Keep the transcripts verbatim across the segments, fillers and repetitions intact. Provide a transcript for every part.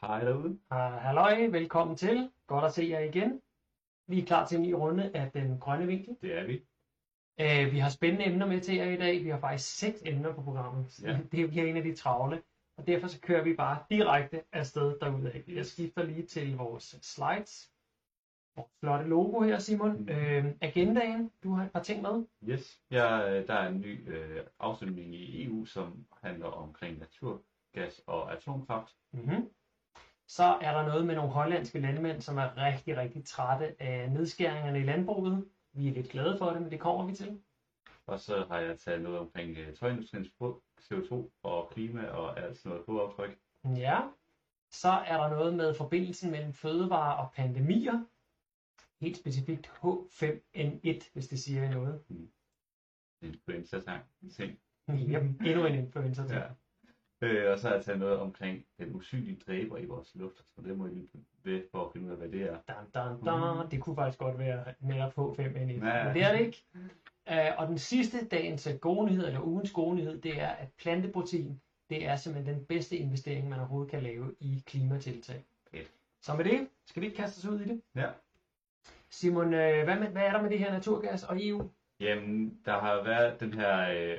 Hej derude. Uh, halløj, velkommen til. Godt at se jer igen. Vi er klar til en ny runde af den grønne vinkel. Det er vi. Uh, vi har spændende emner med til jer i dag. Vi har faktisk seks emner på programmet. Ja. Det bliver en af de travle. Og derfor så kører vi bare direkte afsted derudad. Yes. Jeg skifter lige til vores slides. Vores flotte logo her, Simon. Mm. Uh, agendaen, du har et par ting med. Yes. Ja, der er en ny øh, afstemning i E U, som handler omkring naturgas og atomkraft. Mm-hmm. Så er der noget med nogle hollandske landmænd, som er rigtig, rigtig trætte af nedskæringerne i landbruget. Vi er lidt glade for det, men det kommer vi til. Og så har jeg taget noget omkring øh, tøjindustriens C O to og klima og alt sådan noget fodaftryk. Ja. Så er der noget med forbindelsen mellem fødevarer og pandemier. Helt specifikt H fem N et, hvis det siger noget. Mm. Influenza-sang. ting. Ja, endnu en influenza-ting. Ja. Øh, og så har jeg taget noget omkring den usynlige dræber i vores luft. Så det må I lige ved for at finde ud af, hvad det er. Dun, dun, dun. Det kunne faktisk godt være netop H fem N et, Ja. men det er det ikke. Uh, og den sidste dagens gode nyhed, eller ugens gode nyhed, det er, at planteprotein, det er simpelthen den bedste investering, man overhovedet kan lave i klimatiltag. Fedt. Så med det, skal vi ikke kaste os ud i det? Ja. Simon, uh, hvad, med, hvad er der med det her naturgas og E U? Jamen, der har været den her... Øh,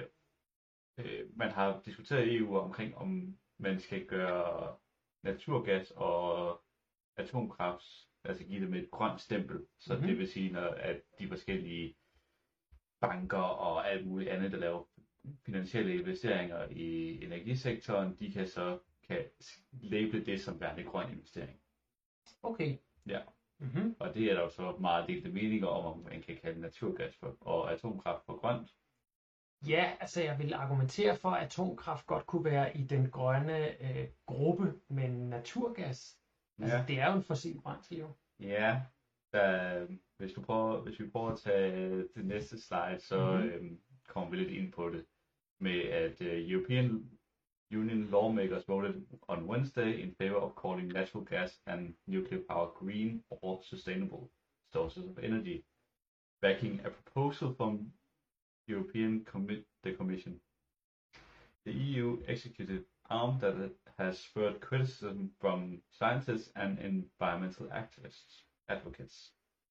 øh, man har diskuteret i E U omkring, om man skal gøre naturgas og atomkraft, altså give det med et grønt stempel. Så Mhm. det vil sige, når, at de forskellige banker og alt muligt andet, der laver finansielle investeringer i energisektoren, de kan så kan label det som værende grøn investering. Okay. Ja. Mm-hmm. Og det er der jo så meget delte meninger om, om man kan kalde naturgas for, og atomkraft for grønt. Ja, altså jeg vil argumentere for, at atomkraft godt kunne være i den grønne øh, gruppe, men naturgas, altså Ja. det er jo en fossil brændsel jo. Ja, der, hvis, du prøver, hvis vi prøver at tage det næste slide, så Mhm. øhm, kommer vi lidt ind på det. Med at uh, European Union lawmakers voted on Wednesday in favor of calling natural gas and nuclear power green or sustainable sources of energy, backing a proposal from European Commi- the Commission. The E U executive arm that has spurred criticism from scientists and environmental activists, advocates.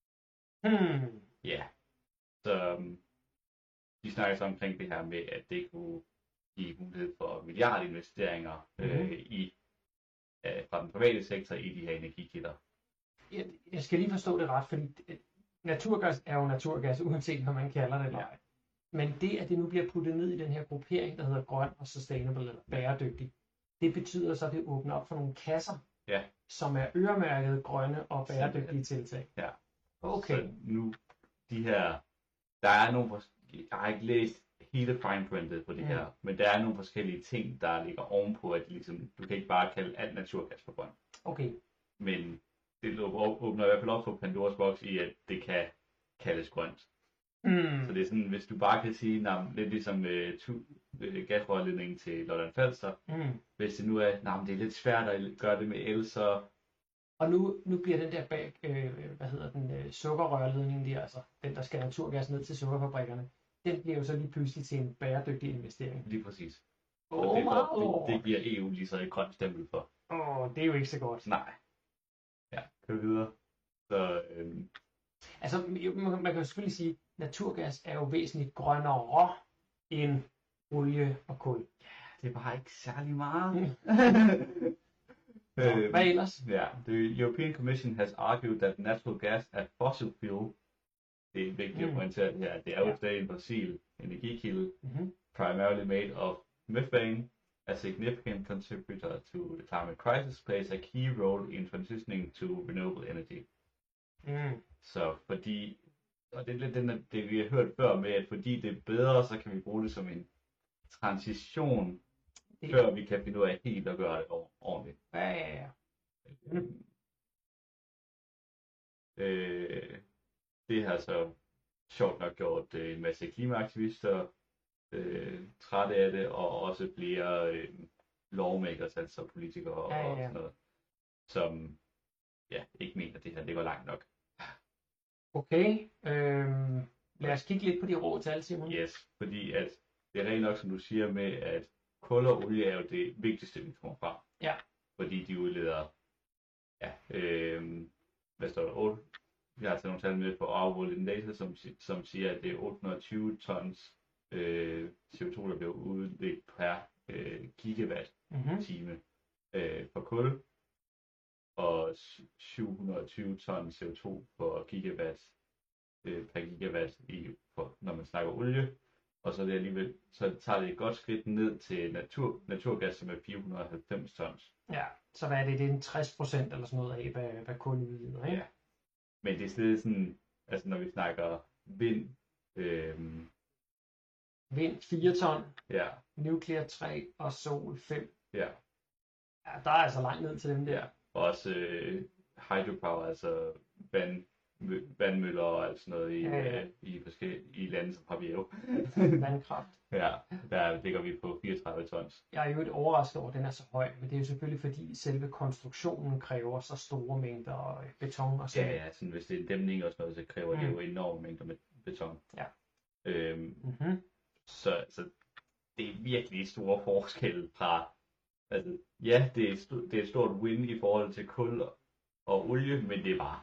Hmm. Ja, yeah. Så um, de snakker så omkring det her med, at det kunne give mulighed for milliardinvesteringer Mhm. øh, i, øh, fra den private sektor i de her energikilder. Jeg, jeg skal lige forstå det ret, fordi øh, naturgas er jo naturgas, uanset hvad man kalder det eller Ja. ej. Men det, at det nu bliver puttet ned i den her gruppering, der hedder grøn og sustainable eller bæredygtig, det betyder så, at det åbner op for nogle kasser, Ja. som er øremærket grønne og bæredygtige tiltag. Ja. Okay. Så nu, de her, der er nogle, fors- jeg har ikke læst hele fineprintet på det Mm. her, men der er nogle forskellige ting, der ligger ovenpå, at ligesom, du kan ikke bare kalde alt naturgas for grøn. Okay. Men det åb- åbner i hvert fald op for Pandoras boks i, at det kan kaldes grønt. Mm. Så det er sådan, hvis du bare kan sige, nah, lidt ligesom øh, tu, øh, gasrørledningen til Lolland Falster, Mm. hvis det nu er, nah, det er lidt svært at gøre det med el, så Og nu, nu bliver den der bag, øh, hvad hedder den, øh, sukkerrørledning der, altså den, der skal naturgas ned til sukkerfabrikkerne, den bliver jo så lige pludselig til en bæredygtig investering. lige præcis. Åh, Og det, får- oh, det, det giver E U lige så et grønt stempel for. oh, det er jo ikke så godt. Nej. Ja, kør videre. Så, øhm, Altså, man, man kan jo selvfølgelig sige, at naturgas er jo væsentligt grønnere end olie og kul. det er bare ikke særlig meget. Mm. Nå, Øhm, hvad ellers? Ja, the European Commission has argued that natural gas as fossil fuel, det er vigtigt at Mm. pointere her, at det er jo Ja. stadig en fossil energikilde, Mm-hmm. primarily made of methane, a significant contributor to the climate crisis, plays a key role in transitioning to renewable energy. Mm. Så fordi, og det er lidt den, det vi har hørt før med, at fordi det er bedre, så kan vi bruge det som en transition, Det, før vi kan finde ud af helt at gøre det or- ordentligt. ja, ja, ja. Mm. Øh, det har så sjovt nok gjort øh, en masse klimaaktivister øh, trætte af det, og også flere øh, lawmakers, altså politikere og, Ja, ja, ja. og sådan noget, som ja, ikke mener, at det her det går langt nok. Okay, øhm, lad os kigge lidt på de rå tal, Simon. Yes, fordi at det er rent nok, som du siger med, at kul og olie er jo det vigtigste, vi kommer fra. Ja. Fordi de udleder ja, øh, hvad står der? otte Jeg har taget nogle tal med på Our World in Data, som, si- som siger, at det er otte hundrede og tyve tons øh, C O to, der bliver udledt per øh, gigawatt-time Mhm. øh, for kul, og s- syv hundrede og tyve ton C O to for gigawatt, øh, per gigawatt, i, for, når man snakker olie. Og så, er det alligevel, så tager det et godt skridt ned til natur, naturgas, som er fire hundrede og halvfems tons. Ja, så hvad er det? Det er en tres procent eller sådan noget af, hvad, hvad kul udleder, ikke? Ja. Men det er stadig sådan, altså når vi snakker vind, øh, Vind fire ton, ja, nuclear tre og sol fem. ja, Ja, der er altså langt ned til dem der. ja. Og også øh, hydropower, altså vand, mø, vandmøller og alt sådan noget i, Ja, ja. øh, i, forskellige, i lande, som har vi jo. Vandkraft. Ja, der ligger vi på fireogtredive tons. Jeg er jo lidt overrasket over, at den er så høj, men det er jo selvfølgelig fordi selve konstruktionen kræver så store mængder øh, beton og sådan. Ja, ja, sådan, hvis det er en dæmning og sådan noget, så kræver Mm. det jo enorme mængder med beton. Ja. Øhm, Mhm. så, så det er virkelig store forskelle fra, altså ja, det er, st- det er et stort win i forhold til kul og, og olie, men det er bare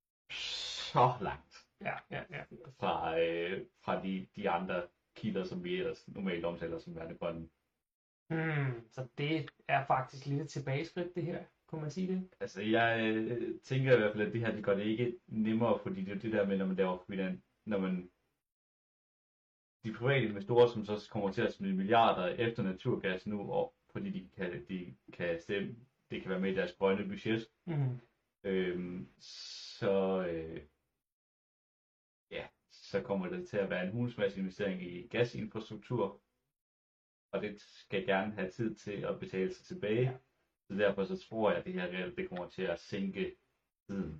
så langt Ja, ja, ja. fra, øh, fra de, de andre kilder, som vi ellers normalt omtaler som værende grønne. Hmm, så det er faktisk lidt et tilbageskridt, det her. Kunne man sige det? Altså jeg øh, tænker i hvert fald, at det her det gør det ikke nemmere, fordi det er det der med, når man laver, finan- når man de private investorer, som så kommer til at smide milliarder efter naturgas nu, og fordi de kan, de kan stemme, det kan være med i deres grønne budget, Mhm. øhm, så, øh, ja, så kommer det til at være en hulsmasse investering i gasinfrastruktur, og det skal gerne have tid til at betale sig tilbage. Ja. Så derfor så tror jeg, at det her reelt, det kommer til at sænke tiden,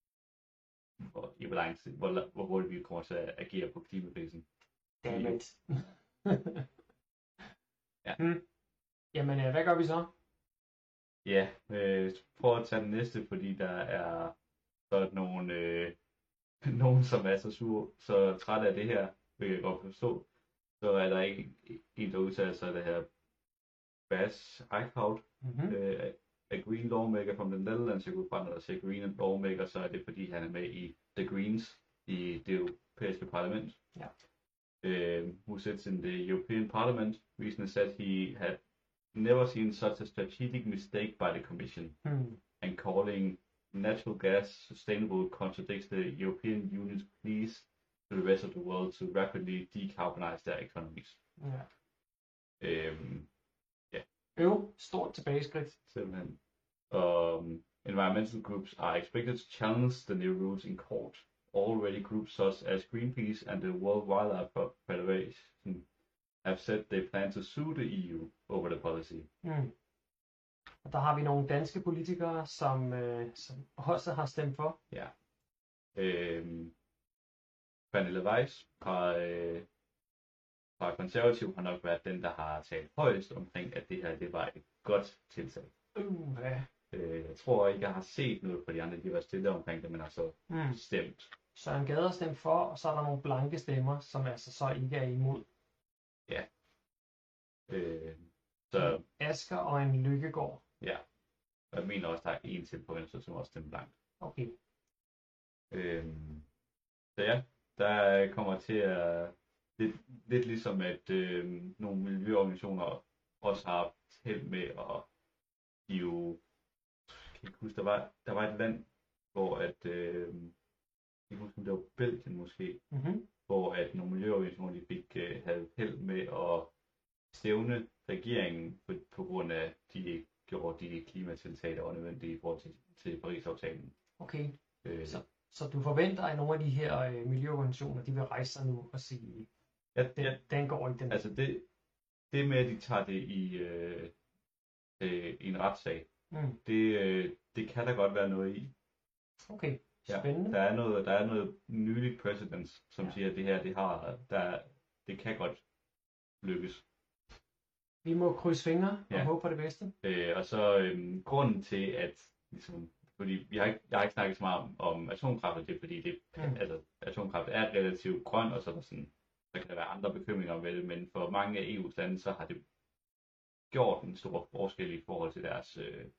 hvor, i hvor lang tid, hvor, hvor hurtigt vi kommer til at agere på klimakrisen. Dammit. Ja. Hmm. Jamen, øh, hvad gør vi så? Ja, øh, prøv at tage den næste, fordi der er sådan nogle, øh, nogen, som er så sur, så træt af det her, vil jeg godt forstå. Så er der ikke en, der udtaler sig af det her Bas Eickhout, Mhm. øh, a green lawmaker from the Netherlands. Jeg kunne bare, når der siger green lawmaker, så er det fordi, han er med i The Greens i det europæiske parlament. Ja. Uh, who sits in the European Parliament, recently said he had never seen such a strategic mistake by the Commission, Hmm. and calling natural gas sustainable contradicts the European Union's pleas to the rest of the world to rapidly decarbonize their economies. Ja. Øhm, Øv, stort tilbageskridt. simpelthen. Um, environmental groups are expected to challenge the new rules in court. Already groups such as Greenpeace and the World Wildlife Federation have said they plan to sue the E U over the policy. Hmm. Og der har vi nogle danske politikere, som, øh, som også har stemt for. Ja. Øhm, Pernille Weiss fra, øh, fra Konservativ har nok været den, der har talt højest omkring, at det her det var et godt tiltag. Uh, ja. Øh, jeg tror ikke, jeg har set noget fra de andre, de var stille omkring det, men har så Hmm. stemt. Søren Gade har stemt for, og så er der nogle blanke stemmer, som altså så ikke er imod. Øh, så Asger og en Lykkegaard. ja, og jeg mener også, der er en til på venstre, som også stemmer blankt. Okay. Øhm, så ja, der kommer til at, lidt, lidt ligesom at øh, nogle miljøorganisationer også har haft held med at de jo, jeg kan ikke huske, der var, der var et land, hvor at, øh, jeg kan huske, om det var Belgien måske, Mhm. hvor at nogle miljøorganisationer de fik, øh, havde held med at stævne regeringen på, på grund af, at de ikke gjorde de klimatiltag, der var nødvendige i forhold til, til Paris-aftalen. Okay. Øh, Så, så du forventer, at nogle af de her øh, miljøorganisationer, de vil rejse sig nu og sige, ja, den, ja, den går ikke den. altså det, det med, at de tager det i, øh, øh, i en retssag, Mm. det, øh, det kan der godt være noget i. Okay, Ja, spændende. der er noget, der er noget nyligt precedence, som Ja. siger, at det her, det har, der, det kan godt lykkes. Vi må krydse fingre og Ja. håbe på det bedste. Øh, og så øhm, grunden til, at ligesom, fordi vi har ikke, jeg har ikke snakket så meget om, om atomkraft, og det er fordi, det, Mm. altså, atomkraft er relativt grøn, og så, er der sådan, så kan der være andre bekymringer ved det, men for mange af E U's lande, så har det gjort en stor forskel i forhold til deres, øh,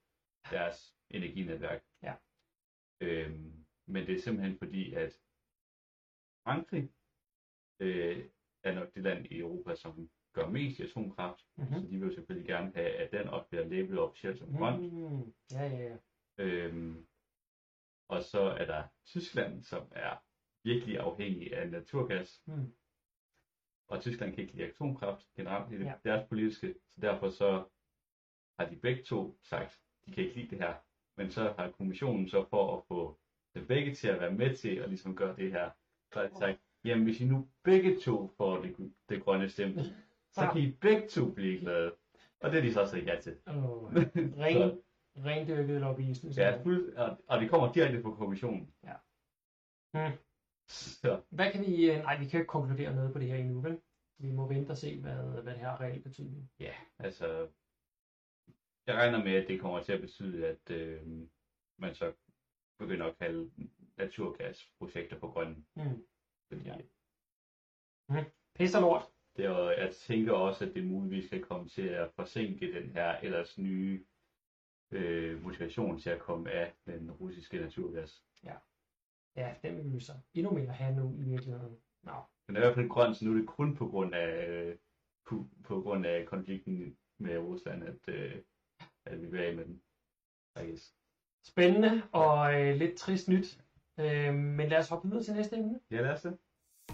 deres energinetværk. Ja. Øhm, men det er simpelthen fordi, at Frankrig øh, er nok det land i Europa, som gør mest i atomkraft, mm-hmm. så de vil jo selvfølgelig gerne have, at den også bliver labelet officielt som grøn. Mm, ja, ja, ja. Øhm, og så er der Tyskland, som er virkelig afhængig af naturgas. Mm. Og Tyskland kan ikke lide atomkraft generelt i Ja. deres politiske, så derfor så har de begge to sagt, de kan ikke lide det her. Men så har kommissionen så for at få dem begge til at være med til at ligesom gøre det her, så har de sagt, jamen hvis I nu begge to får det, det grønne stempel, så kan I begge to blive glade. Og det er de så sagt ja til. Oh, ren, rendyrket lobbyisme. Ja, fuld, og, og det kommer direkte fra kommissionen. Ja. Hmm. Så. Hvad kan vi... Nej, vi kan ikke konkludere noget på det her endnu, vel? Vi må vente og se, hvad, hvad det her har reelt betydning. Ja, altså... Jeg regner med, at det kommer til at betyde, at øh, man så begynder at kalde naturgasprojekter for grønne. Mm. Fordi, ja. mm. Pisse lort. Det er, jeg tænker også, at det muligvis skal komme til at forsinke den her ellers nye øh, motivation til at komme af den russiske naturgas. Ja, ja, den vil vi så endnu mere have nu i virkeligheden. No. Men i hvert fald grønt, så nu er det kun på grund af, øh, på, på grund af konflikten med Rusland, at, øh, at vi vil af med den. Yes. Spændende og øh, lidt trist nyt. Øh, men lad os hoppe videre til næste emne. Ja, lad os det.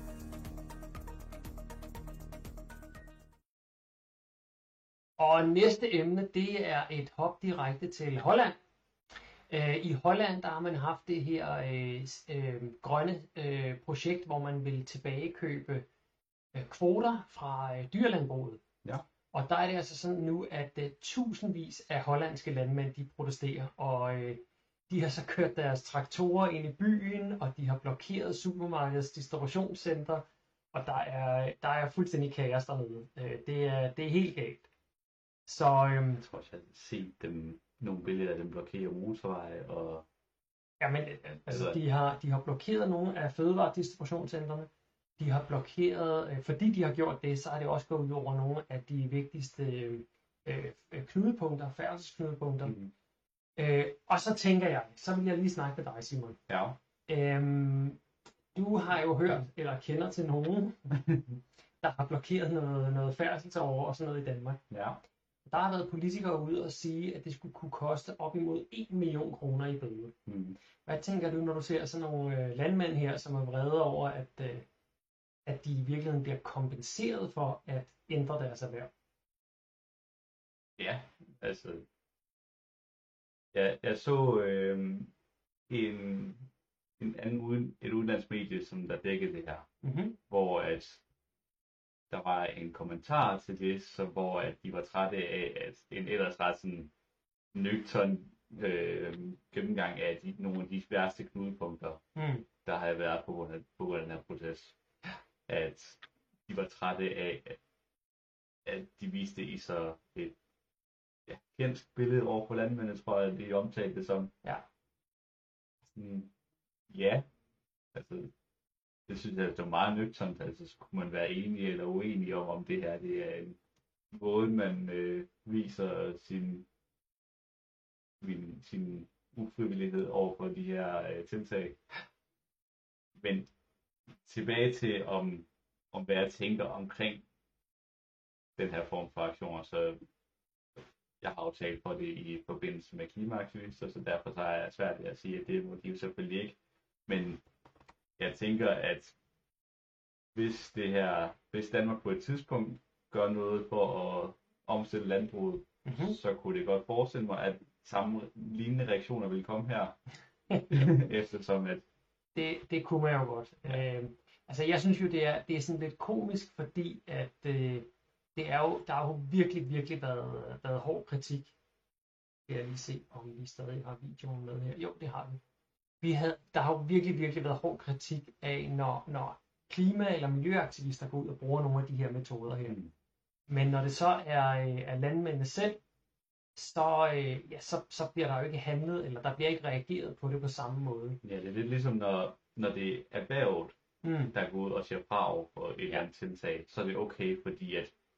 Og næste emne, det er et hop direkte til Holland. Øh, I Holland, der har man haft det her øh, øh, grønne øh, projekt, hvor man vil tilbagekøbe øh, kvoter fra øh, dyrlandbruget. Ja. Og der er det altså sådan nu, at øh, tusindvis af hollandske landmænd, de protesterer, og øh, de har så kørt deres traktorer ind i byen, og de har blokeret supermarkedets distributionscenter, og der er, der er fuldstændig kaos dernede. Øh, det, er, det er helt galt. Så, øhm, jeg tror også, jeg har set dem, nogle billeder af dem blokere motorveje og... Jamen, altså, de har, de har blokeret nogle af fødevaredistributionscentrene. De har blokeret, øh, fordi de har gjort det, så har det også gået ud over nogle af de vigtigste øh, knudepunkter, færdselsknudepunkter. Mm-hmm. Øh, og så tænker jeg, så vil jeg lige snakke med dig, Simon. Ja. Øhm, du har jo hørt, eller kender til nogen, der har blokeret noget, noget færdselsår og sådan noget i Danmark. Ja. Der har været politikere ude og sige, at det skulle kunne koste op imod en million kroner i bøde. Mm. Hvad tænker du, når du ser sådan nogle øh, landmænd her, som er vrede over, at, øh, at de i virkeligheden bliver kompenseret for at ændre deres erhverv? Ja, altså... Ja, jeg så øh, en, en anden uden, et udenlandsmedie, som der dækkede det her, mm-hmm. hvor at der var en kommentar til det, så hvor at de var trætte af, at en ellers ret sådan nøgtern øh, gennemgang af de, nogle af de værste knudepunkter, mm. der har været på grund af, på grund af den her protest, at de var trætte af, at, at de viste i så et ja, kendt billede over for landmændene, tror jeg, de omtalte det som. Ja. Sådan, ja, altså det synes jeg, det var meget nøgternt, altså så kunne man være enig eller uenig om, om det her, det er en måde, man øh, viser sin, min, sin ufrivillighed over for de her øh, tiltag. Men tilbage til, om, om hvad jeg tænker omkring den her form for aktioner, så jeg har jo talt for det i forbindelse med klimaaktivister, så derfor så er jeg svært ved at sige, at det må de jo selvfølgelig ikke. Men jeg tænker, at hvis det her, hvis Danmark på et tidspunkt gør noget for at omstille landbruget, mm-hmm. så kunne det godt forestille mig, at samme lignende reaktioner vil komme her. Eftersom at... Det, det kunne man jo godt. Ja. Øh, altså jeg synes jo, det er, det er sådan lidt komisk, fordi at øh, det er jo, der har jo virkelig, virkelig været, været hård kritik. Skal jeg lige se, om vi stadig har videoen med her. Jo, det har vi. Vi havde, der har jo virkelig, virkelig været hård kritik af, når, når klima- eller miljøaktivister går ud og bruger nogle af de her metoder her. Mm. Men når det så er, er landmændene selv, så, øh, ja, så, så bliver der jo ikke handlet, eller der bliver ikke reageret på det på samme måde. Ja, det er lidt ligesom, når, når det er erhvervet, mm. der går ud og siger fra over for et eller andet tiltag, så er det okay, fordi at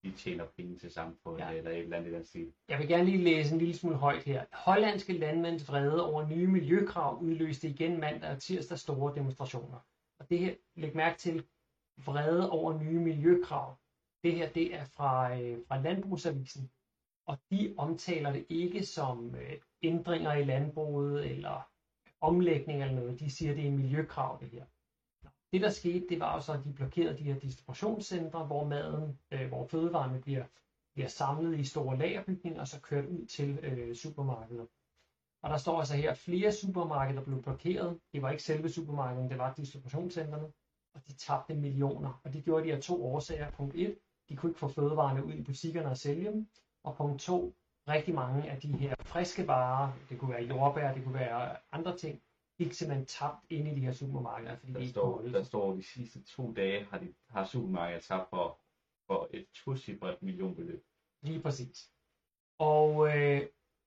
de tjener penge til samfundet, Ja. ja. eller et eller andet i den stil. Jeg vil gerne lige læse en lille smule højt her. Hollandske landmænds vrede over nye miljøkrav udløste igen mandag og tirsdag store demonstrationer. Og det her, læg mærke til, vrede over nye miljøkrav. Det her, det er fra, øh, fra Landbrugsavisen, og de omtaler det ikke som øh, ændringer i landbruget eller omlægning eller noget. De siger, det er miljøkrav, det her. Det, der skete, det var jo så, at de blokerede de her distributionscentre, hvor maden, øh, hvor fødevarene bliver, bliver samlet i store lagerbygninger og så kørt ud til øh, supermarkeder. Og der står altså her, flere supermarkeder blev blokeret. Det var ikke selve supermarkedet, det var distributionscentrene. Og de tabte millioner. Og det gjorde de af to årsager. Punkt et, de kunne ikke få fødevarene ud i butikkerne og sælge dem. Og punkt to, rigtig mange af de her friske varer, det kunne være jordbær, det kunne være andre ting, gik simpelthen tabt ind i de her supermarkeder, fordi Der de ikke står, kunne der står, de sidste to dage har, de, har supermarkedet tabt for, for et tocifret millionbeløb. Lige præcis. Og øh,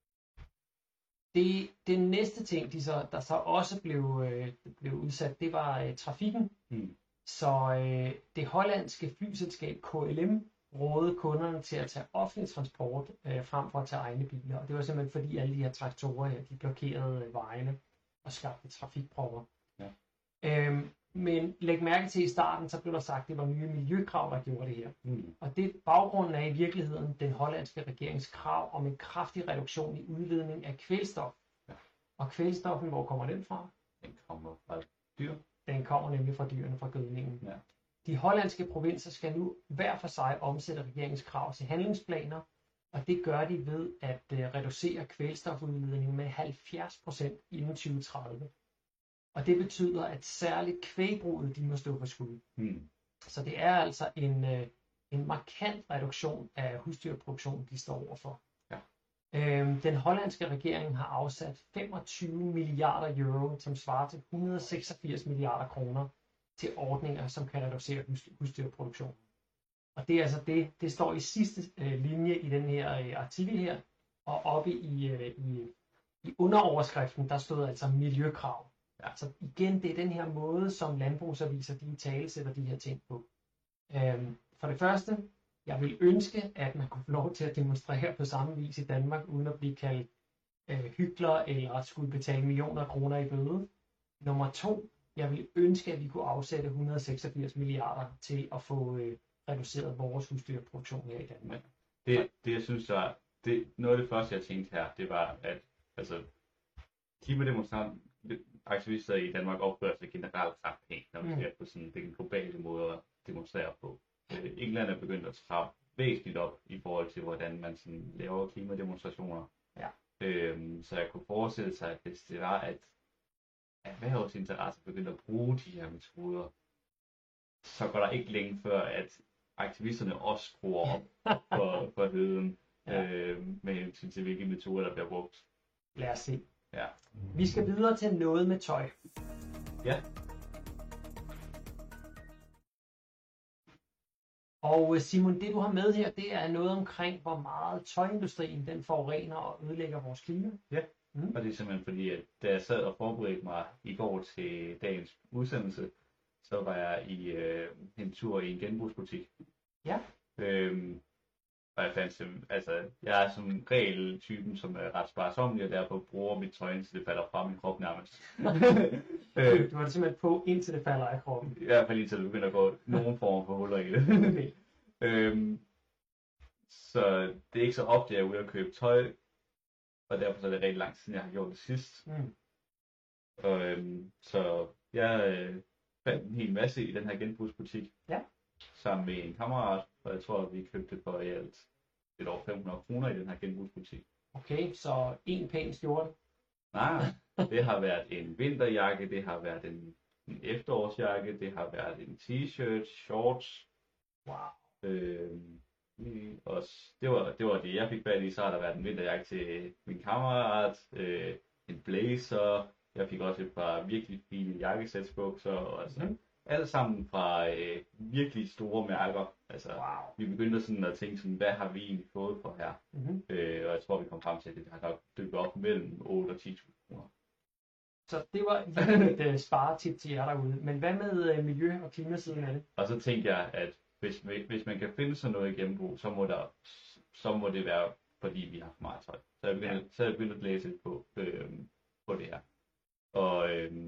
det, det næste ting, de så, der så også blev, øh, blev udsat, det var øh, trafikken. Hmm. Så øh, det hollandske flyselskab K L M rådede kunderne til at tage offentlig transport øh, frem for at tage egne biler. Og det var simpelthen fordi alle de her traktorer her, de blokerede øh, vejene og skabte trafikpropper. Ja. Øhm, men læg mærke til i starten, så blev der sagt, at det var nye miljøkrav, der gjorde det her. Hmm. Og det baggrunden er i virkeligheden den hollandske regerings krav om en kraftig reduktion i udledning af kvælstof. Ja. Og kvælstoffen, hvor kommer den fra? Den kommer fra dyr. Den kommer nemlig fra dyrene fra gødningen. Ja. De hollandske provinser skal nu hver for sig omsætte regeringens krav til handlingsplaner, og det gør de ved at uh, reducere kvælstofudledningen med halvfjerds procent inden tyve tredive. Og det betyder, at særligt kvægbruget, de må stå for skud. Hmm. Så det er altså en, uh, en markant reduktion af husdyrproduktion, de står overfor. Ja. Øhm, den hollandske regering har afsat femogtyve milliarder euro, som svarer til et hundrede og seksogfirs milliarder kroner, til ordninger, som kan reducere hus, husdyrproduktionen. Og det er altså det, det står i sidste øh, linje i den her øh, artikel her, og oppe i, øh, i, i underoverskriften, der stod altså miljøkrav. Ja. Så igen, det er den her måde, som landbrugsaviser, de talesætter de her ting på. Øhm, for det første, jeg vil ønske, at man kunne få lov til at demonstrere på samme vis i Danmark, uden at blive kaldt øh, hykler, eller at skulle betale millioner af kroner i bøde. Nummer to, jeg vil ønske, at vi kunne afsætte et hundrede og seksogfirs milliarder til at få øh, reduceret vores husdyrproduktion her i Danmark. Det, det jeg synes var, det, noget af det første, jeg tænkte her, det var, at altså, klimademonstrantaktivister i Danmark opfører sig generelt ret pænt, når vi Mm. ser på sådan den globale måde at demonstrere på. Øh, England er begyndt at trappe væsentligt op i forhold til, hvordan man sådan laver klimademonstrationer. Ja. Øhm, så jeg kunne forestille sig, at hvis det var, at erhvervsinteresser begyndte at bruge de her metoder, så går der ikke længe før, at aktivisterne også skruer op for, for høden, Ja. øh, med hensyn til, hvilke metoder, der bliver brugt. Lad os se. Ja. Vi skal videre til noget med tøj. Ja. Og Simon, det du har med her, det er noget omkring, hvor meget tøjindustrien den forurener og ødelægger vores klima. Og det er simpelthen fordi, at da jeg sad og forberedte mig i går til dagens udsendelse, så var jeg i øh, en tur i en genbrugsbutik. Ja. Øhm, og jeg fandt sim- altså, jeg er som regel typen, som er ret sparsommelig, og derfor bruger mit tøj, indtil det falder fra min krop nærmest. øh, Du har det simpelthen på, indtil det falder af kroppen. I hvert fald indtil det begynder at gå nogen form for huller i det. Okay. øhm, så det er ikke så ofte, jeg er ude at købe tøj, og derfor så er det rigtig lang tid siden, jeg har gjort det sidst. Mm. Og, øhm, så jeg øh, fandt en hel masse i den her genbrugsbutik. Ja. Sammen med en kammerat, og jeg tror, at vi købte for i alt lidt over fem hundrede kroner i den her genbrugsbutik. Okay, så en pæn skjorte. Nej, det har været en vinterjakke, det har været en, en efterårsjakke, det har været en t-shirt, shorts. Wow. Øhm, mm, også, det, var, det var det, jeg fik fat i. Så har der været en vinterjakke til min kammerat, øh, en blazer. Jeg fik også et par virkelig fine jakkesætsbukser, og altså, Mhm. alle sammen fra øh, virkelig store mærker. Altså, Wow. vi begyndte sådan at tænke sådan, hvad har vi egentlig fået for her? Mm-hmm. Øh, og jeg tror, vi kom frem til, at det har nok dykket op mellem otte og ti tusind kroner. Så det var lige et uh, sparetip til jer derude. Men hvad med uh, miljø- og klimasiden af det? Og så tænkte jeg, at hvis, hvis man kan finde sådan noget i genbrug, så må, der, så må det være, fordi vi har for meget tøj. Så jeg begyndte, ja. så jeg begyndte at læse lidt på, øh, på det her. Og øh,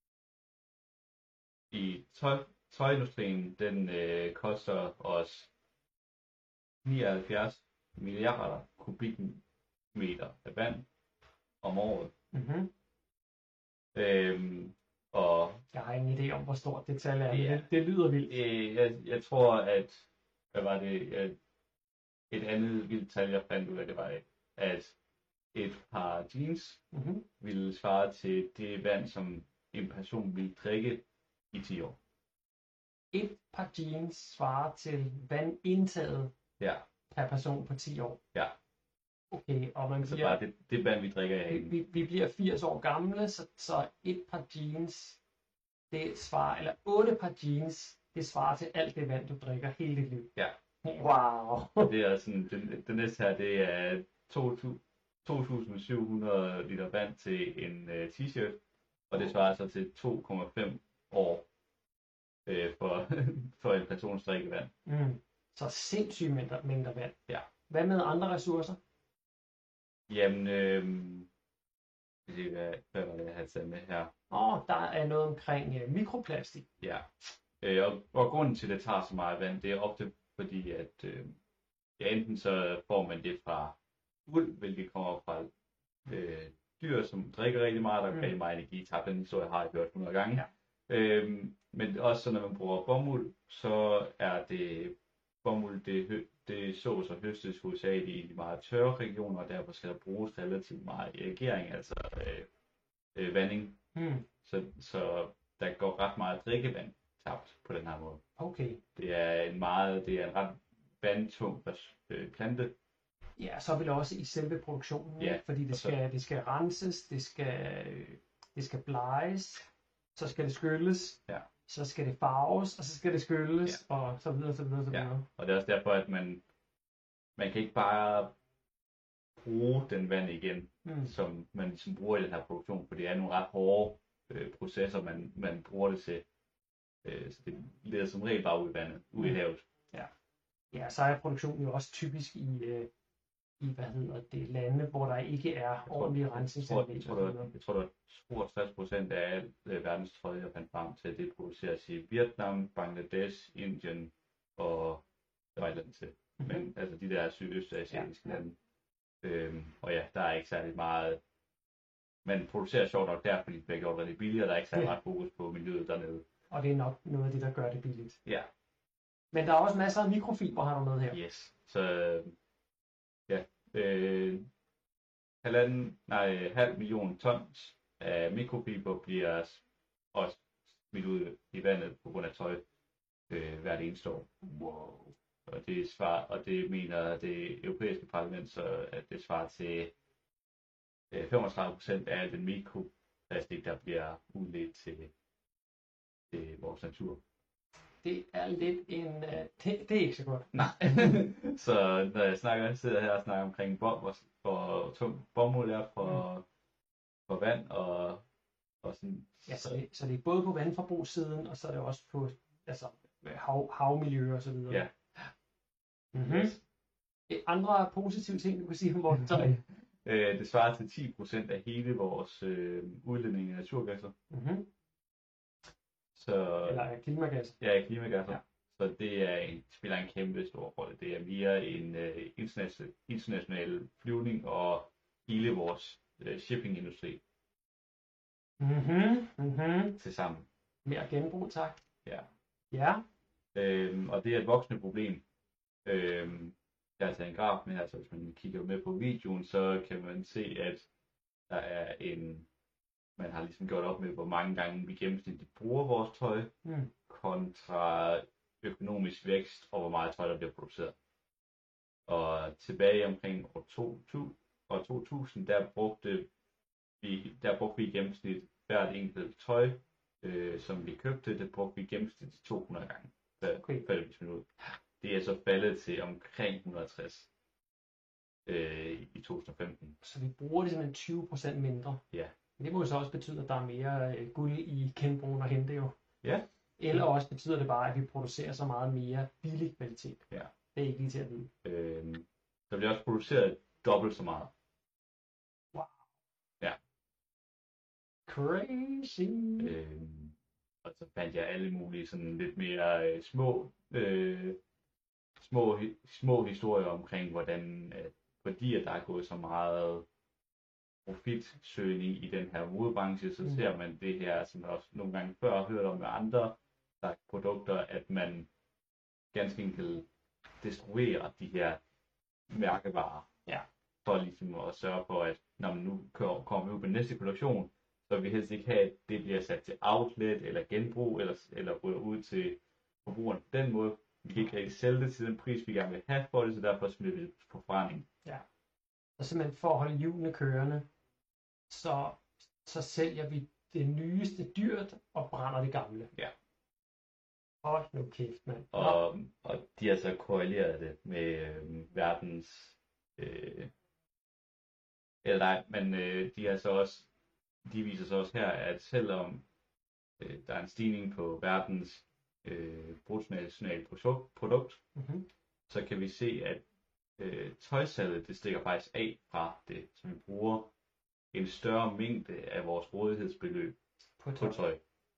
i tøj, tøjindustrien, den øh, koster os nioghalvfjerds milliarder kubikmeter af vand om året. Mm-hmm. Øhm, og jeg har ingen idé om, hvor stort det tal er, ja, det, det lyder vildt. Øh, jeg, jeg tror, at hvad var det, at et andet vildt tal, jeg fandt ud af, det var, at et par jeans mm-hmm. ville svare til det vand, som en person ville drikke i ti år. Et par jeans svarer til vandindtaget ja. per person på ti år? Ja. Okay, og man så bliver, bare det, det vand, vi drikker af. Vi, vi, vi bliver firs år gamle, så, så et par jeans, det svarer, eller otte par jeans, det svarer til alt det vand, du drikker hele dit liv. Ja. Wow. Det er sådan, det, det næste her, det er to tusind syv hundrede liter vand til en uh, t-shirt, og det svarer så til to komma fem år øh, for, for en persons drikkevand. Mm. Så sindssygt mængder, mængder vand. Ja. Hvad med andre ressourcer? Jamen, øh, hvad, hvad var det, jeg havde taget med her? Åh, oh, der er noget omkring øh, mikroplastik. Ja, øh, og, og grunden til, at det tager så meget vand, det er ofte fordi, at øh, ja, enten så får man det fra uld, hvilket kommer fra øh, dyr, som drikker rigtig meget, der er mm. rigtig meget energi tabt. Den historie har jeg hørt hundrede gange. Ja. Øh, men også så, når man bruger bomuld, så er det bomuld, det, det sås og høstes hovedsageligt i de meget tørre regioner, og derfor skal der bruges relativt meget irrigering, altså øh, øh, vanding. Mm. Så, så der går ret meget drikkevand tabt på den her måde. Okay. Det er en meget, det er en ret vandtung øh, plante. Ja, så vil det også i selve produktionen, ja, fordi det skal, så... det skal renses, det skal, det skal bleges, så skal det skylles. Ja. Så skal det farves, og så skal det skylles, ja. og så videre, så videre, så videre. Ja. Og det er også derfor, at man, man kan ikke bare bruge den vand igen, mm. som man ligesom bruger i den her produktion, for det er nogle ret hårde øh, processer, man, man bruger det til. Øh, så det leder som regel bare ud i vandet, ud i havet. Ja. Ja, så er produktionen jo også typisk i, øh, i hvad hedder det, lande, hvor der ikke er ordentlige rensningsanlæg. Jeg tror, jeg, jeg tror, der er toogtres procent af alt øh, verdens tøj, jeg fandt frem til, det produceres i Vietnam, Bangladesh, Indien og der var et eller andet til. Mm-hmm. Men altså de der sydøstasiatiske ja. lande. Øhm, og ja, der er ikke særlig meget. Man producerer sjovt nok der, fordi det bliver gjort rigtig billigt, og der er ikke særlig meget fokus på miljøet dernede. Og det er nok noget af det, der gør det billigt. Ja. Men der er også masser af mikrofiber, har du med her. Yes. Så ja, øh, halvanden, nej, halv million tons af mikrofiber bliver også smidt ud i vandet på grund af tøj øh, hvert eneste år. Wow. Og det svar, og det mener det europæiske parlament så, at det svarer til øh, femogtredive procent af al den mikroplastik, der bliver udledt til, til vores natur. Det er lidt en... Uh, det, det er ikke så godt. Nej. Så når jeg snakker, sidder her og snakker omkring bom, hvor, hvor tung bomuld er for, mm. for vand og, og sådan... Ja, så det, så det er både på vandforbrugssiden, og så er det også på altså, hav, havmiljø og så videre. Ja. Mm-hmm. Yes. Andre positive ting, du kan sige om vores tøj? øh, det svarer til ti procent af hele vores øh, udledning af naturgasser. Mm-hmm. Så, Eller klimagasser. Ja, klimagasser. Ja. Så det er en, spiller en kæmpe stor rolle. Det er mere en uh, international, international flyvning og hele vores uh, shippingindustri. Mhm, mhm. Til sammen. Mere genbrug, tak. Ja. Ja. Øhm, og det er et voksende problem. Øhm, jeg har taget en graf med her, så hvis man kigger med på videoen, så kan man se, at der er en... Man har ligesom gjort op med, hvor mange gange vi gennemsnitligt bruger vores tøj, mm. kontra økonomisk vækst, og hvor meget tøj, der bliver produceret. Og tilbage omkring år to tusind, der brugte vi, der brugte vi i gennemsnit hvert enkelt tøj, øh, som vi købte, det brugte vi i gennemsnit to hundrede gange. Okay. Ud. Det er så faldet til omkring et hundrede og tres øh, i to tusind og femten. Så vi bruger det simpelthen tyve procent mindre? Ja. Men det må jo så også betyde, at der er mere øh, guld i genbrugen at hente jo. Ja. Eller også betyder det bare, at vi producerer så meget mere billig kvalitet. Ja. Det er ikke lige til at vide. Øh, der bliver også produceret dobbelt så meget. Wow. Ja. Crazy. Øh, og så fandt jeg alle mulige sådan lidt mere øh, små, øh, små, små historier omkring, hvordan, at, fordi at der er gået så meget profitsøgning i den her modebranche, så mm. ser man det her, som jeg også nogle gange før har hørt om med andre slags produkter, at man ganske enkelt destruerer de her mærkevarer. Ja. For ligesom at sørge for, at når man nu kører, kommer vi ud på næste kollektion, så vil vi helst ikke have, at det bliver sat til outlet eller genbrug, eller, eller ryger ud til forbrugeren på den måde. Vi kan ikke rigtig sælge det til den pris, vi gerne vil have for det, så derfor smider vi det på forbrænding. Ja. Og simpelthen for at holde hjulene kørende, så, så sælger vi det nyeste dyrt og brænder det gamle. Ja. Hold nu kæft, mand. Og, og de har så korreleret det med øh, verdens... Øh, eller nej, men øh, de har så også... De viser så også her, at selvom øh, der er en stigning på verdens øh, bruttonationale produkt, mm-hmm. så kan vi se, at øh, tøjsalget, det stikker faktisk af fra det, så vi bruger en større mængde af vores rådighedsbeløb på tøj. På tøj.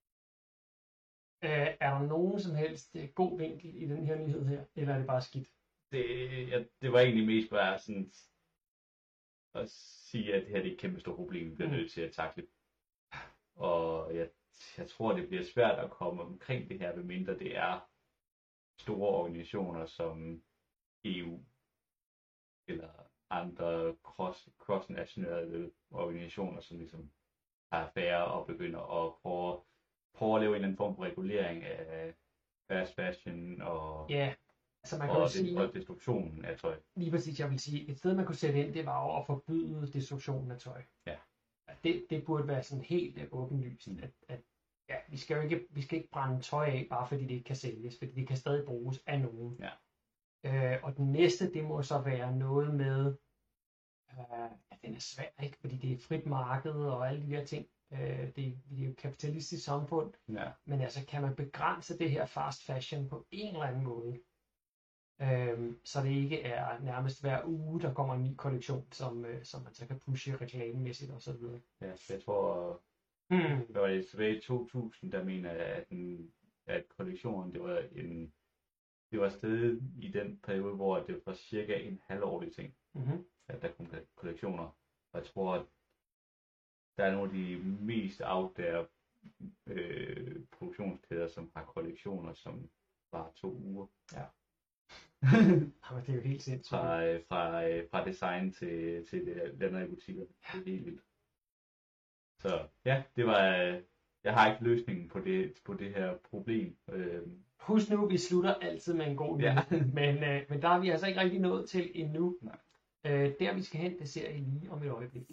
Øh, er der nogen som helst øh, god vinkel i den her nyhed her, eller er det bare skidt? Det, ja, det var egentlig mest bare sådan at sige, at det her det er et kæmpe stort problem, vi bliver mm. nødt til at takle. Og jeg, jeg tror, det bliver svært at komme omkring det her, medmindre det er store organisationer som E U eller andre cross, cross-nationale organisationer, som ligesom har affære og begynder at prøve, prøve at lave en eller anden form for regulering af fast fashion og, yeah. altså man kan og, jo sige, og destruktionen af tøj. Lige præcis, jeg vil sige, et sted man kunne sætte ind, det var jo at forbyde destruktionen af tøj. Ja. Det, det burde være sådan helt åbenlyst, mm. at, at ja, vi skal jo ikke, vi skal ikke brænde tøj af, bare fordi det ikke kan sælges, fordi det kan stadig bruges af nogen. Ja. Øh, og den næste, det må så være noget med, øh, at den er svær, ikke? Fordi det er et frit marked og alle de her ting. Øh, det, det er jo et kapitalistisk samfund. Ja. Men altså, kan man begrænse det her fast fashion på en eller anden måde? Øh, så det ikke er nærmest hver uge, der kommer en ny kollektion, som, øh, som man så kan pushe reklamemæssigt og så videre. Ja, jeg tror, Hmm. det var det tilbage i to tusind, der mener jeg, at, den, at kollektionen, det var en, det var stedet i den periode, hvor det var cirka en halvårlig ting, Mm-hmm. at der kom kollektioner. Og jeg tror, at der er nogle af de mest out there øh, produktionskæder, som har kollektioner, som var to uger. Ja. Jamen, det er jo helt sindssygt. Fra, fra, fra design til, til det lander i butikker. Det er helt vildt. Så ja, det var, jeg har ikke løsningen på det, på det her problem. Husk nu, vi slutter altid med en god nyhed, ja. men, øh, men der er vi altså ikke rigtig nået til endnu. Nej. Øh, der vi skal hen, det ser I lige om et øjeblik.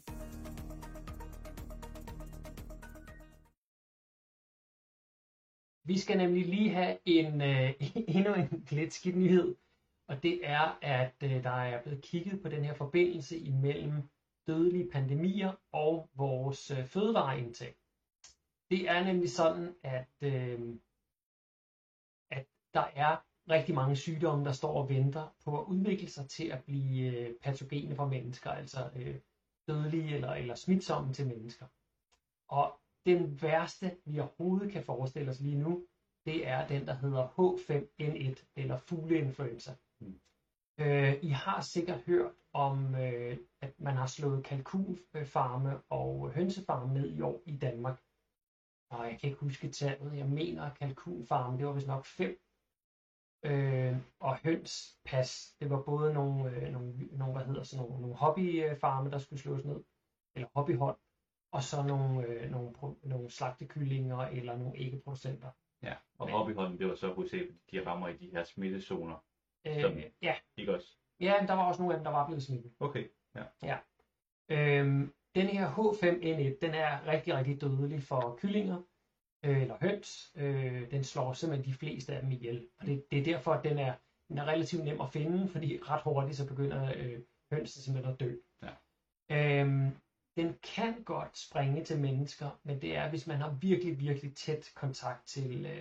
Vi skal nemlig lige have en øh, endnu en lidt skidt nyhed, og det er, at øh, der er blevet kigget på den her forbindelse imellem dødelige pandemier og vores øh, fødevareindtag. Det er nemlig sådan, at, øh, at der er rigtig mange sygdomme, der står og venter på at udvikle sig til at blive øh, patogene for mennesker, altså øh, dødelige eller, eller smitsomme til mennesker. Og den værste, vi overhovedet kan forestille os lige nu, det er den, der hedder H fem N et, eller fugleinfluenza. Mm. Øh, I har sikkert hørt om, øh, at man har slået kalkunfarme og hønsefarme ned i år i Danmark. Og jeg kan ikke huske tallet. Jeg mener, at kalkunfarme, det var vist nok fem. Øh, og hønspas, det var både nogle, øh, nogle, nogle, hvad hedder, sådan nogle, nogle hobbyfarme, der skulle slås ned, eller hobbyhold, og så nogle, øh, nogle, nogle slagtekyllinger eller nogle æggeproducenter. Ja, og Men, hobbyholden, det var så hovedsageligt, de rammer i de her smittezoner. Øh, som, ja. Ikke også? Ja, men der var også nogle af dem, der var blevet smittet. Okay, ja. ja. Øhm, den her H fem N et, den er rigtig, rigtig dødelig for kyllinger, øh, eller høns. Øh, den slår simpelthen de fleste af dem ihjel. Og det, det er derfor, at den er, den er relativt nem at finde, fordi ret hurtigt så begynder øh, hønsen simpelthen at dø. Ja. Øhm, den kan godt springe til mennesker, men det er, hvis man har virkelig, virkelig tæt kontakt til, øh,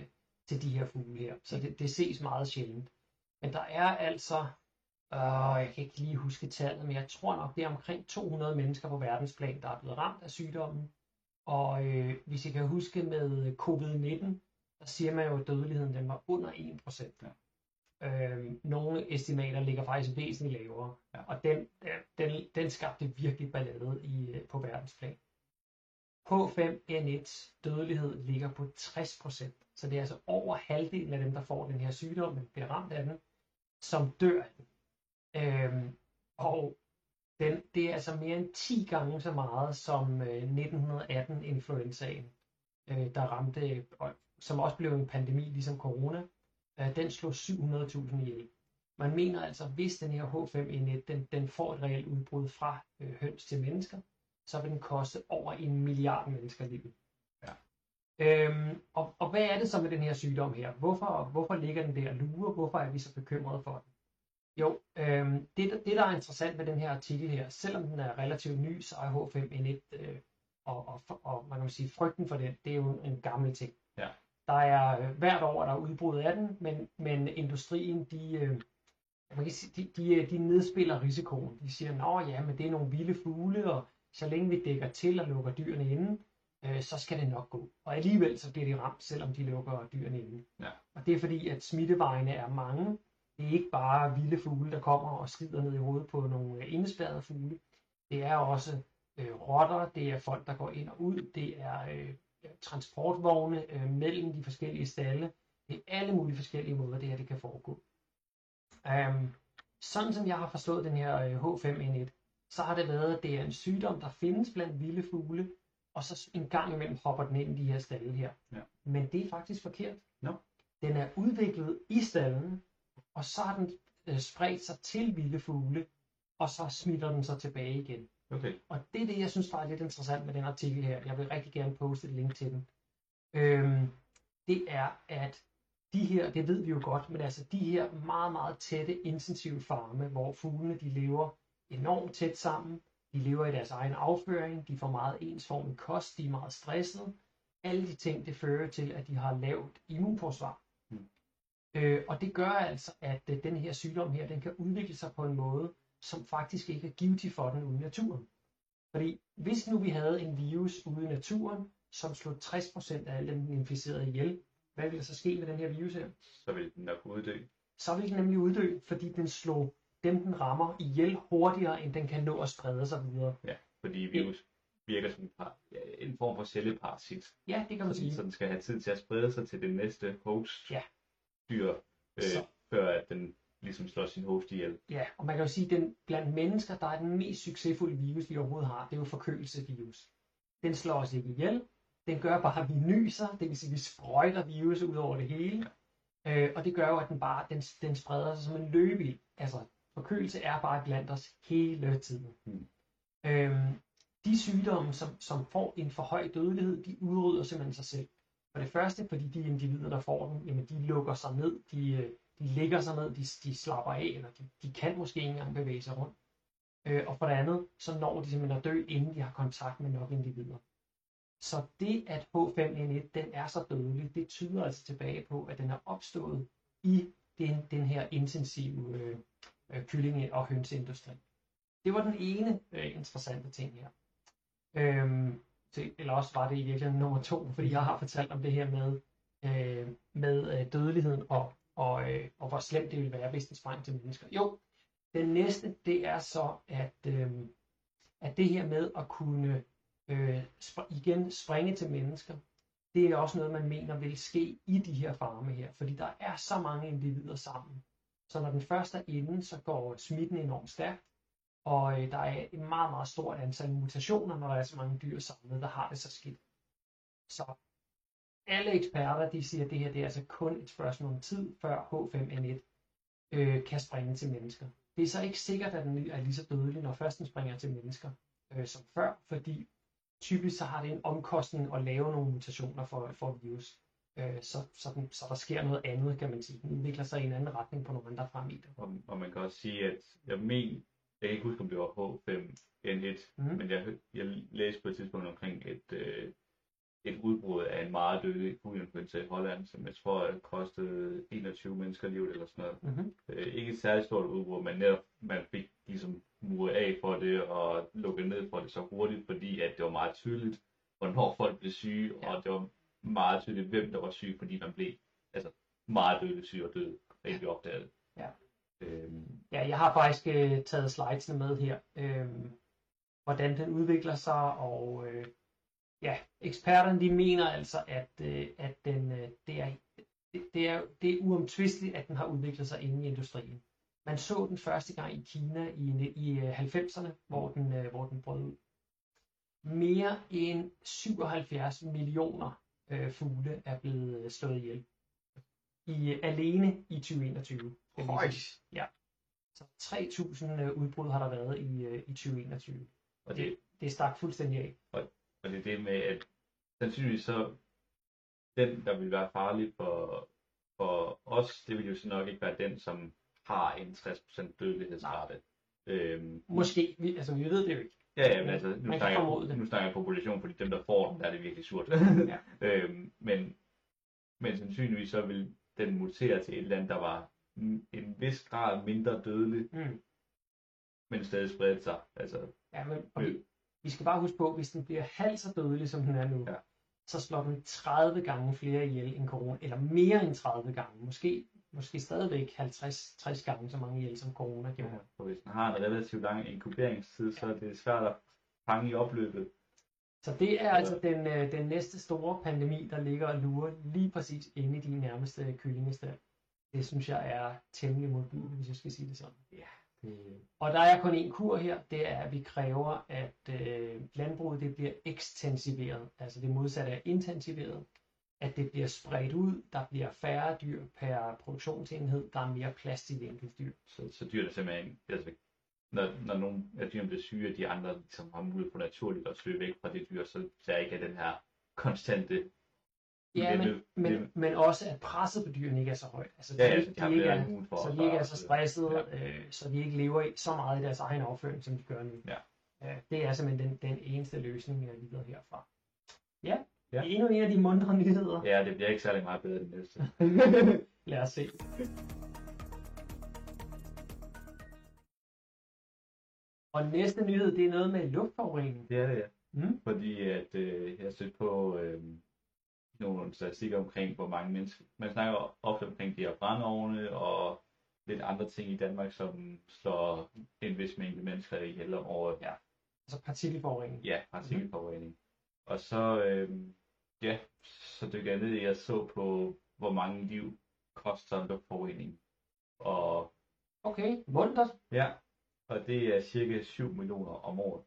til de her fugle her. Så det, det ses meget sjældent. Men der er altså, øh, jeg kan ikke lige huske tallet, men jeg tror nok, det er omkring to hundrede mennesker på verdensplan, der er blevet ramt af sygdommen. Og øh, hvis I kan huske med covid nitten, der siger man jo, at dødeligheden den var under en procent. Ja. Øh, nogle estimater ligger faktisk væsentligt lavere, ja. Og den, den, den skabte virkelig ballade i, på verdensplan. H fem N et dødelighed ligger på tres procent, så det er altså over halvdelen af dem, der får den her sygdom, men bliver ramt af den, som dør af den. Øhm, og den, det er altså mere end ti gange så meget som øh, nitten atten influenzaen, øh, der ramte, og, som også blev en pandemi ligesom corona. Øh, den slog syv hundrede tusind ihjel. Man mener altså, hvis den her H fem N et den, den får et reelt udbrud fra øh, høns til mennesker, så vil den koste over en milliard mennesker livet. Ja. Øhm, og, og hvad er det så med den her sygdom her? Hvorfor, hvorfor ligger den der lure? Hvorfor er vi så bekymrede for den? Jo, øhm, det, det der er interessant med den her artikel her, selvom den er relativt ny, så er H fem N et øh, og, og, og man kan sige, frygten for den, det er jo en gammel ting. Ja. Der er øh, hvert år, der er udbrud af den, men, men industrien, de, øh, man kan sige, de, de, de nedspiller risikoen. De siger, nå ja, men det er nogle vilde fugle, og så længe vi dækker til og lukker dyrene inde, øh, så skal det nok gå. Og alligevel så bliver de ramt, selvom de lukker dyrene inde. Ja. Og det er fordi, at smittevejene er mange. Det er ikke bare vilde fugle, der kommer og skider ned i hovedet på nogle indespærrede fugle. Det er også øh, rotter, det er folk, der går ind og ud, det er øh, transportvogne øh, mellem de forskellige stalle. Det er alle mulige forskellige måder, det her det kan foregå. Um, sådan som jeg har forstået den her øh, H fem N et, så har det været, at det er en sygdom, der findes blandt vilde fugle, og så en gang imellem hopper den ind i de her stalle her. Ja. Men det er faktisk forkert. No. Den er udviklet i stallen, og så har den øh, spredt sig til vilde fugle, og så smitter den så tilbage igen. Okay. Og det er det, jeg synes, der er lidt interessant med den artikel her. Jeg vil rigtig gerne poste et link til den. Øhm, det er, at de her, det ved vi jo godt, men altså de her meget, meget tætte, intensive farme, hvor fuglene de lever enormt tæt sammen, de lever i deres egen afføring, de får meget ensformig kost, de er meget stressede. Alle de ting, det fører til, at de har lavt immunforsvar. Mm. Øh, og det gør altså, at øh, den her sygdom her, den kan udvikle sig på en måde, som faktisk ikke er givtig for den ude i naturen. Fordi hvis nu vi havde en virus ude i naturen, som slog tres procent af alle dem inficerede ihjel, hvad ville der så ske med den her virus her? Så vil den nok uddø. Så vil den nemlig uddø, fordi den slår dem, den rammer, ihjel hurtigere, end den kan nå at sprede sig videre. Ja, fordi virus virker som en, par, en form for celleparasit. Ja, det kan man så, sige. Så den skal have tid til at sprede sig til det næste host ja. dyr, øh, før at den ligesom slår sin host ihjel. Ja, og man kan jo sige, at den, blandt mennesker, der er den mest succesfulde virus, vi overhovedet har, det er jo forkølelsesvirus. Den slår os ikke ihjel. Den gør bare, at vi nyser, det vil sige, at vi sprøjter virus ud over det hele. Ja. Øh, og det gør jo, at den bare den, den spreder sig som en løbevild. Altså, forkølelse er bare blandt os hele tiden. Hmm. Øhm, de sygdomme, som, som får en for høj dødelighed, de udrydder simpelthen sig selv. For det første, fordi de individer, der får dem, jamen, de lukker sig ned, de, de ligger sig ned, de, de slapper af, eller de, de kan måske ikke engang bevæge sig rundt. Øh, og for det andet, så når de simpelthen at dø, inden de har kontakt med nok individer. Så det, at H fem N et den er så dødelig, det tyder altså tilbage på, at den er opstået i den, den her intensive øh, øh, kyllinge- og hønseindustri. Det var den ene øh, interessante ting her. Øhm, til, eller også var det i virkeligheden nummer to, fordi jeg har fortalt om det her med, øh, med øh, dødeligheden og, og, øh, og hvor slemt det ville være, hvis den sprang til mennesker. Jo, den næste, det er så, at, øh, at det her med at kunne øh, sp- igen springe til mennesker, det er også noget, man mener vil ske i de her farme her, fordi der er så mange individer sammen. Så når den første er inde, så går smitten enormt stærkt, og øh, der er et meget, meget stort antal mutationer, når der er så mange dyr samlet, der har det så skidt. Så alle eksperter, de siger, at det her det er altså kun et spørgsmål om tid, før H fem N et øh, kan springe til mennesker. Det er så ikke sikkert, at den er lige så dødelig, når først den springer til mennesker øh, som før, fordi typisk så har det en omkostning at lave nogle mutationer for, for virus. Øh, så, så, den, så der sker noget andet, kan man sige. Den udvikler sig i en anden retning på nogle andre parametre. Og, og man kan også sige, at jeg mener, jeg kan ikke huske, om det var H fem N et, mm. men jeg, jeg læste på et tidspunkt omkring et, øh, et udbrud af en meget dødelig fugleinfluenza i Holland, som jeg tror kostede enogtyve mennesker livet eller sådan noget. Mm-hmm. Øh, ikke et særligt stort udbrud, men netop man fik ligesom muret af for det og lukket ned for det så hurtigt, fordi at det var meget tydeligt, hvornår folk blev syge, ja. Og det var meget tydeligt, hvem der var syg, fordi man blev altså meget dødelig syg og død, rigtig opdaget det. Ja. Øhm. Ja, jeg har faktisk øh, taget slidesene med her, øh, hvordan den udvikler sig, og øh, ja, eksperterne de mener altså, at, øh, at den, øh, det, er, det, det, er, det er uomtvisteligt, at den har udviklet sig inde i industrien. Man så den første gang i Kina i, i halvfemserne, hvor den, øh, hvor den brød ud. Mere end syvoghalvfjerds millioner øh, fugle er blevet slået ihjel. I, alene i tyve enogtyve. Ja. Så tre tusind udbrud har der været i, i tyve enogtyve. Og det, det stak fuldstændig af. Og, og det er det med, at sandsynligvis så den, der vil være farlig for, for os, det vil jo så nok ikke være den, som har en tres procent dødelighedsrate. Øhm, Måske, vi, altså vi ved det jo ikke. Ja, ja, men altså, nu snakker, jeg, nu snakker jeg population, fordi dem, der får den, der er det virkelig surt. Ja. øhm, men, men sandsynligvis så vil den mutere til et eller andet, der var en vis grad mindre dødelig, mm. men stadig spredt sig. Altså, ja, men og vi, vi skal bare huske på, hvis den bliver halvt så dødelig, som den er nu, ja. Så slår den tredive gange flere ihjel end corona, eller mere end tredive gange. Måske, måske stadigvæk halvtreds til tres gange så mange ihjel, som corona gjorde. Ja, og hvis den har en relativt lang inkuberingstid, så er det svært at fange i opløbet. Så det er ja. altså den, den næste store pandemi, der ligger og lurer lige præcis inde i de nærmeste kyllingestal. Det synes jeg er temmelig modbydeligt, hvis jeg skal sige det sådan. Ja. Det... Og der er kun én kur her, det er, at vi kræver, at øh, landbruget det bliver ekstensiveret, altså det modsatte er intensiveret, at det bliver spredt ud, der bliver færre dyr per produktionsenhed, der er mere plads til det enkelte dyr. Så, så dyr er simpelthen, altså, når, når nogle af dyrene bliver syge, og de andre ligesom har mulighed for naturligt at søge væk fra det dyr, så der ikke er den her konstante. Ja, men, men, men også at presset på dyrene ikke er så højt. Altså, ja, de, altså, de, de ikke er, for så de ikke er så stressede, ja. øh, så de ikke lever i, så meget i deres egen afføring, som de gør nu. Ja. Øh, det er simpelthen den, den eneste løsning, jeg lige ved herfra. Ja, ja. Endnu en af de mundre nyheder. Ja, det bliver ikke særlig meget bedre den næste. Lad os se. Og næste nyhed, det er noget med luftforurening. Det er det, ja. Mm. Fordi at øh, jeg har set på øh, nogle statistikker omkring, hvor mange mennesker... Man snakker ofte omkring de her brændeovne og lidt andre ting i Danmark, som slår en vis mængde mennesker ihjel om året. Ja, altså partikelforurening. Ja, partikelforurening. Mm. Og så, øh, ja, så dykker jeg ned i, jeg så på, hvor mange liv koster luftforurening. Og... Okay, muntert. Ja. Og det er cirka syv millioner om året.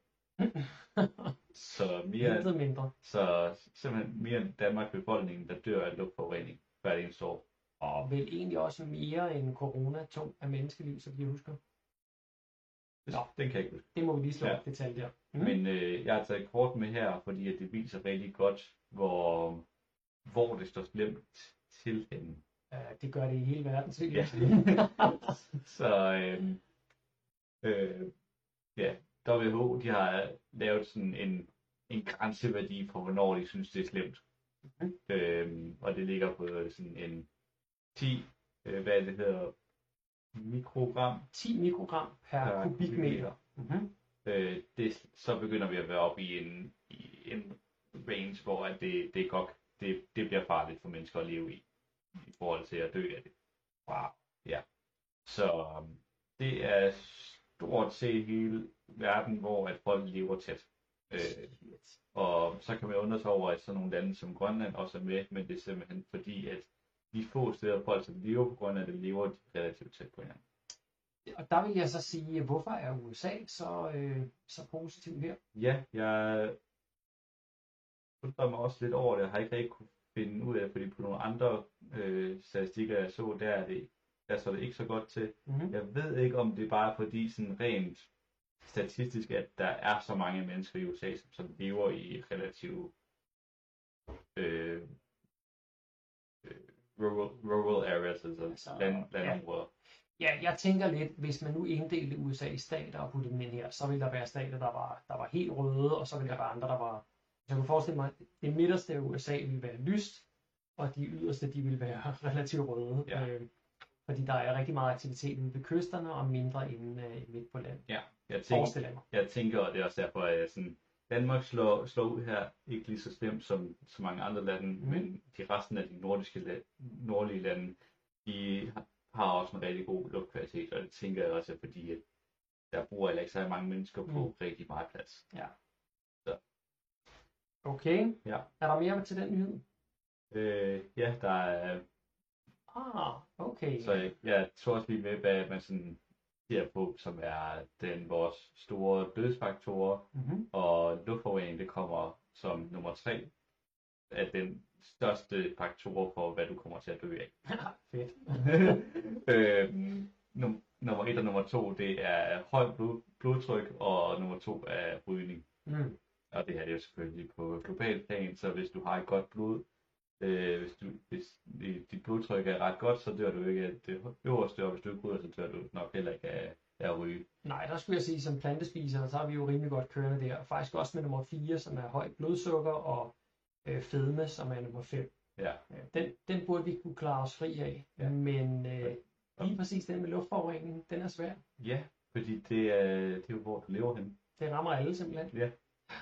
Så mere end, mindre. Så simpelthen mere end Danmarks befolkning, der dør af luftforurening hvert eneste år. Og vel egentlig også mere end corona tog af menneskeliv, så vi husker. Nå, den kan jeg ikke huske. Det må vi lige slå ja. op det tal der. Mm. Men øh, jeg har taget kort med her, fordi at det viser rigtig godt, hvor, hvor det står slemt til henne. Uh, det gør det i hele verden, så ja. Så øh, øh, ja, W H O de har lavet sådan en, en grænseværdi for, hvornår de synes, det er slemt. Mm. Øh, og det ligger på sådan en ti, øh, hvad det hedder, mikrogram. ti mikrogram per, per kubikmeter. Mm-hmm. Øh, det, så begynder vi at være oppe i en, i en range, hvor at det, det, godt, det, det bliver farligt for mennesker at leve i, i forhold til at dø af det. Wow. Ja. Så det er stort set hele verden, hvor at folk lever tæt. Øh, og så kan man undre sig over, at sådan nogle lande som Grønland også er med, men det er simpelthen fordi, at de få steder folk, som lever på Grønland, det lever de relativt tæt på hinanden. Og der vil jeg så sige, hvorfor er U S A så, øh, så positiv her? Ja, jeg undrer mig også lidt over det. Jeg har ikke rigtig kunne finde ud af, fordi på nogle andre øh, statistikker, jeg så, der er det, der så det ikke så godt til. Mm-hmm. Jeg ved ikke, om det er bare fordi sådan rent statistisk, at der er så mange mennesker i U S A, som, som lever i relativt øh, øh, rural, rural areas, altså, altså land, landområder. Ja. ja, jeg tænker lidt, hvis man nu inddelte U S A i stater og puttede dem ind her, så ville der være stater, der var, der var helt røde, og så ville der være andre, der var jeg kunne forestille mig, at det midterste af U S A vil være lyst, og de yderste, de vil være relativt røde. Ja. Øh, fordi der er rigtig meget aktivitet ude ved kysterne, og mindre inde øh, midt på landet. Ja, jeg Forestiller tænker, jeg mig. jeg tænker, og det er også derfor, at jeg sådan, Danmark slår, slår ud her ikke lige så slemt som så mange andre lande, Mhm. mm. men de resten af de nordiske la- nordlige lande, de har- har også en rigtig god luftkvalitet, og det tænker jeg også er fordi, at der bor heller ikke så mange mennesker på Mm. rigtig meget plads. Ja. Så. Okay. Ja. Er der mere til den nyhed? Øh, ja, der er, Ah, okay. så jeg, jeg tror også lige med, hvad man sådan ser på, som er den vores store dødsfaktorer, Mm-hmm. og luftforurening, det kommer som nummer tre af den største faktor for, hvad du kommer til at dø af. Fedt. øh, num- nummer et og nummer to, det er højt blod- blodtryk, og nummer to er rygning. Mm. Og det her det er jo selvfølgelig på global plan, så hvis du har et godt blod, øh, hvis, du, hvis dit blodtryk er ret godt, så dør du ikke af det øverste, og hvis du ikke bryder, så dør du nok heller ikke af, af at ryge. Nej, der skulle jeg sige, som plantespisere, så har vi jo rimelig godt kørende der. Og faktisk også med nummer fire, som er højt blodsukker, og øh, fedme, som er nummer fem. Ja. Den, den burde vi kunne klare os fri af. Ja. Men øh, lige præcis den med luftforurening, den er svær. Ja, fordi det er, det er jo, hvor du lever henne. Det rammer alle simpelthen. Ja.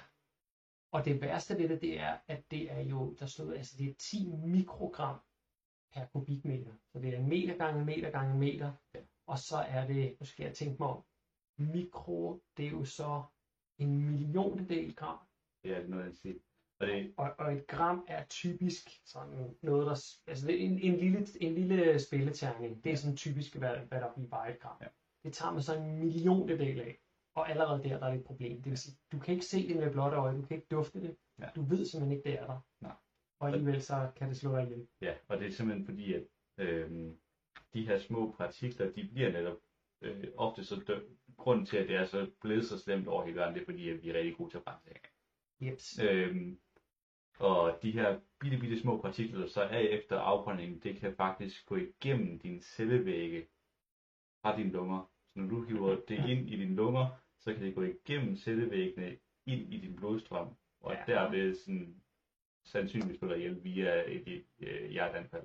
Og det værste ved det, det er, at det er jo, der stod, altså det er ti mikrogram per kubikmeter. Så det er en meter gange en meter gange en meter. Ja. Og så er det, nu skal jeg tænke mig om, mikro, det er jo så en milliondedel gram. Det er noget, jeg siger. Og det, Og, og et gram er typisk sådan noget, der, altså det er en, en, lille, en lille spilleterning. Det er sådan typisk, hvad, hvad der bliver et gram. Ja. Det tager man så en milliondedel af. Og allerede der, der er et problem. Det vil sige, du kan ikke se det med blotte øje, du kan ikke dufte det. Ja. Du ved simpelthen ikke, det er der. Nej. Og alligevel så kan det slå dig ihjel. ja, og det er simpelthen fordi, at øh, de her små partikler, de bliver netop øh, ofte så dø- grunden til, at det er så blevet så slemt over hele verden, det er fordi, at vi er rigtig gode til at brænde ting af. Jeps. Øhm, og de her bitte, bitte små partikler, så er efter afbrændingen, det kan faktisk gå igennem dine cellevægge fra dine lunger. Så når du hiver det ind i dine lunger, så kan det gå igennem cellevæggene ind i din blodstrøm. Og Ja. der er det sådan sandsynligvis slå dig ihjel via et, et, et hjerteanfald.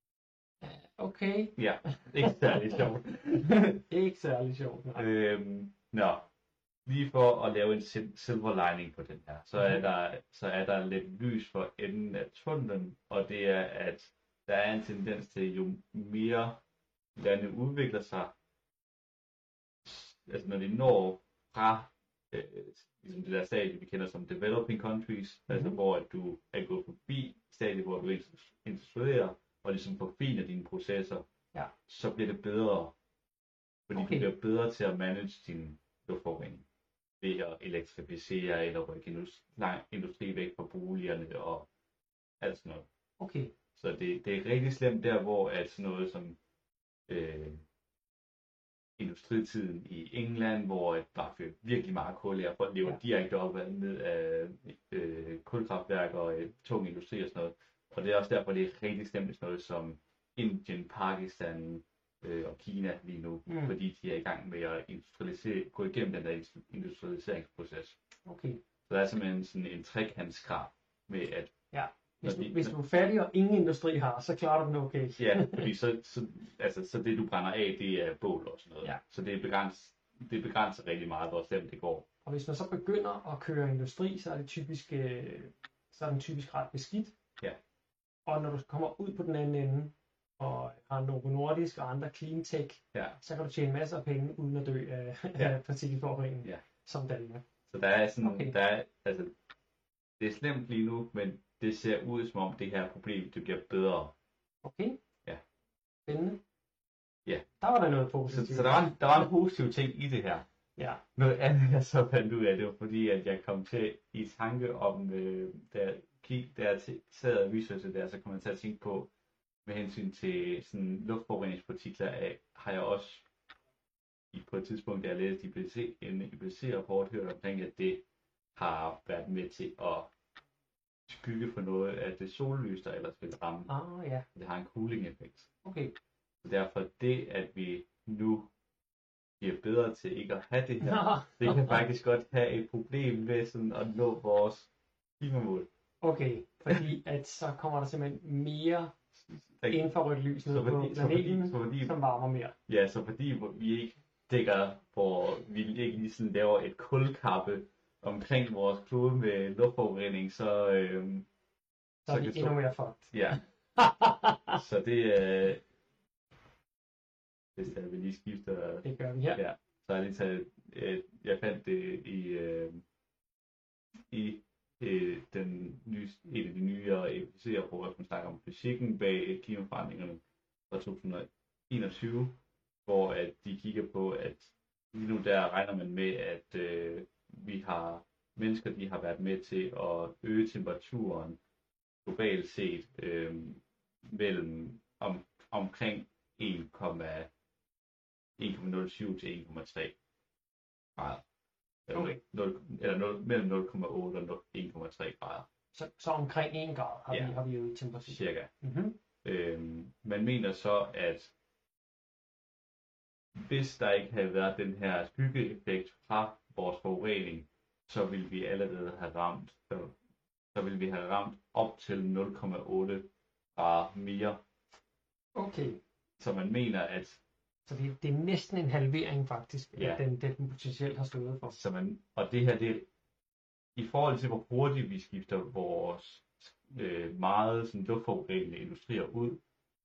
Okay. Ja, ikke særlig sjovt. Ikke særlig sjovt. Nej. Øhm, nå, lige for at lave en sil- silver lining på den her, så er Mhm. der så er der lidt lys for enden af tunnelen, og det er, at der er en tendens til, jo mere lande udvikler sig, altså når de når fra øh, ligesom det der stadie, vi kender som developing countries, mm-hmm. altså hvor at du er gået forbi stadiet, hvor du industrierer, og ligesom forfiner dine processer, Ja. så bliver det bedre. Fordi Okay. du bliver bedre til at manage din luftforurening ved at elektrificere eller rykke industri, lang industri væk fra boligerne og alt sådan noget. Okay. Så det, det er rigtig slemt der, hvor at sådan noget som øh, industritiden i England, hvor at der er virkelig meget kul, og folk lever Ja. direkte op ad, ned af øh, kulkraftværker og øh, tung industri og sådan noget. Og det er også derfor, det er rigtig slemt i sådan noget som Indien, Pakistan øh, og Kina lige nu, Mm. mm. fordi de er i gang med at industrialisere, gå igennem den der industrialiseringsproces. Okay. Så der er simpelthen sådan en trekantsgraf med, at Hvis, Når du, de- hvis du er fattig og ingen industri har, så klarer du den okay. ja, fordi så, så, altså, så det du brænder af, det er bål og sådan noget. Ja. Så det, begræns, det begrænser rigtig meget, hvor slemt det går. Og hvis man så begynder at køre industri, så er det typisk, øh, så er den typisk ret beskidt. Ja. Og når du kommer ud på den anden ende, og har Novo Nordisk og andre clean tech, Ja. så kan du tjene masser af penge, uden at dø af, Ja. af partikelforurening, Ja. som Danmark. Så der er sådan, Okay. okay. der er, altså, det er slemt lige nu, men det ser ud som om det her problem, det bliver bedre. Okay? Ja. Spændende. Ja. Der var der noget Så, positivt. så der, var en, der var en positiv ting i det her. Ja. Noget andet, jeg så fandt ud af, det var fordi, at jeg kom til i tanke om, øh, da jeg, kig, da jeg t- sad og researchede der, så kom jeg til at tænke på, med hensyn til sådan luftforureningspartikler, af, har jeg også i, på et tidspunkt, da jeg læste I P C C, en I P C C-rapport, hørt omkring, at det har været med til at skygge for noget af det sollys, der ellers vil ramme. Ah, ja. Det har en cooling-effekt. Okay. Så derfor det, at vi nu bliver bedre til ikke at have det her, Nå. det kan faktisk godt have et problem med sådan at nå vores klimamål. Okay, fordi at så kommer der simpelthen mere Der- infrarødt lys ned så på fordi, så fordi, planeten, så fordi, som varmer mere. ja, så fordi vi ikke dækker, hvor vi ikke lige sådan laver et kulkappe omkring vores klode med luftforurening, så, øhm, Så er kan vi endnu mere fucked. Ja, så det er, øh, hvis jeg vil lige skifter, Det gør vi her. ja, så har jeg lige taget, øh, jeg fandt det i, øh, i øh, den nye, en af de nyere E P C-rapporter, som snakker om fysikken bag klimaforandringerne fra to tusind og enogtyve, hvor at de kigger på, at lige nu der regner man med, at øh, vi har mennesker, de har været med til at øge temperaturen globalt set øh, mellem om, omkring en komma nul syv til en komma tre grader. Eller, Okay. nul, eller nul, mellem nul komma otte og en komma tre grader. Så, så omkring en grad har, Ja. vi, har vi øget temperatur. Cirka. Mm-hmm. Øhm, man mener så, at hvis der ikke havde været den her skyggeeffekt fra vores forurening, så ville vi allerede have ramt, så, så ville vi have ramt op til nul komma otte grader mere. Okay, Så man mener, at så det, det er næsten en halvering faktisk, Ja. at den, det den potentielt har stået for. så man, og det her, det i forhold til, hvor hurtigt vi skifter vores øh, meget sådan, luftforurenende industrier ud,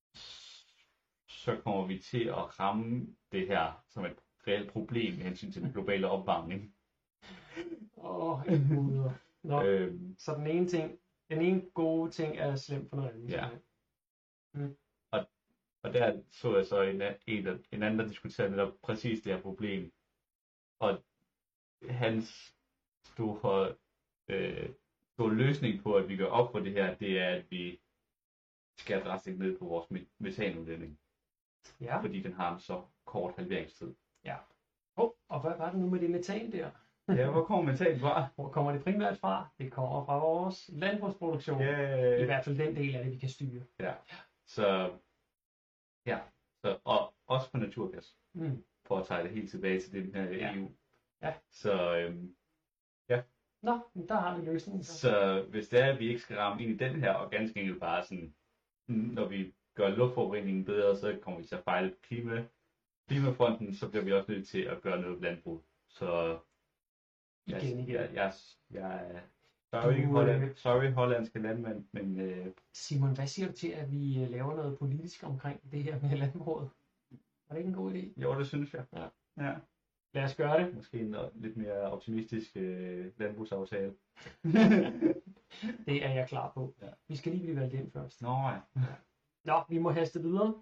så kommer vi til at ramme det her som et reelt problem med hensyn til den globale opvarmning. Åh, oh, en guder. Nå, Øhm, så den ene ting, den ene gode ting er slem for noget andet. Ja. simpelthen. og der så jeg så en, en, der- en anden, der diskuterede netop præcis det her problem. Og hans store, øh, store løsning på, at vi gør op for det her, det er, at vi skal drastisk ned på vores me- metanudledning, Ja. fordi den har en så kort halveringstid. Oh, og hvad var det nu med det metan der? Ja, hvor kommer metan fra? Hvor kommer det primært fra? Det kommer fra vores landbrugsproduktion. I Yeah. hvert fald den del af det, vi kan styre. Så ja, så, og også på naturgas, Mm. for at tage det helt tilbage til den her Ja. E U. Ja. Så, øhm, Nå, men der har vi løsningen. Så. så hvis det er, at vi ikke skal ramme ind i den her, og ganske enkelt bare sådan, når vi gør luftforureningen bedre, så kommer vi til at fejle klima, klimafronten, så bliver vi også nødt til at gøre noget landbrug. Så jeg, Igen, igen. jeg, jeg, jeg er sorry, Du, Holland, øh, sorry hollandske landmænd, men øh, Simon, hvad siger du til, at vi øh, laver noget politisk omkring det her med landbruget? Var det ikke en god idé? jo, det synes jeg. Ja. Ja. Lad os gøre det. Måske en øh, lidt mere optimistisk øh, landbrugsaftale. Det er jeg klar på. Ja. Vi skal lige blive valgt ind først. Nå ja. Nå, vi må haste videre.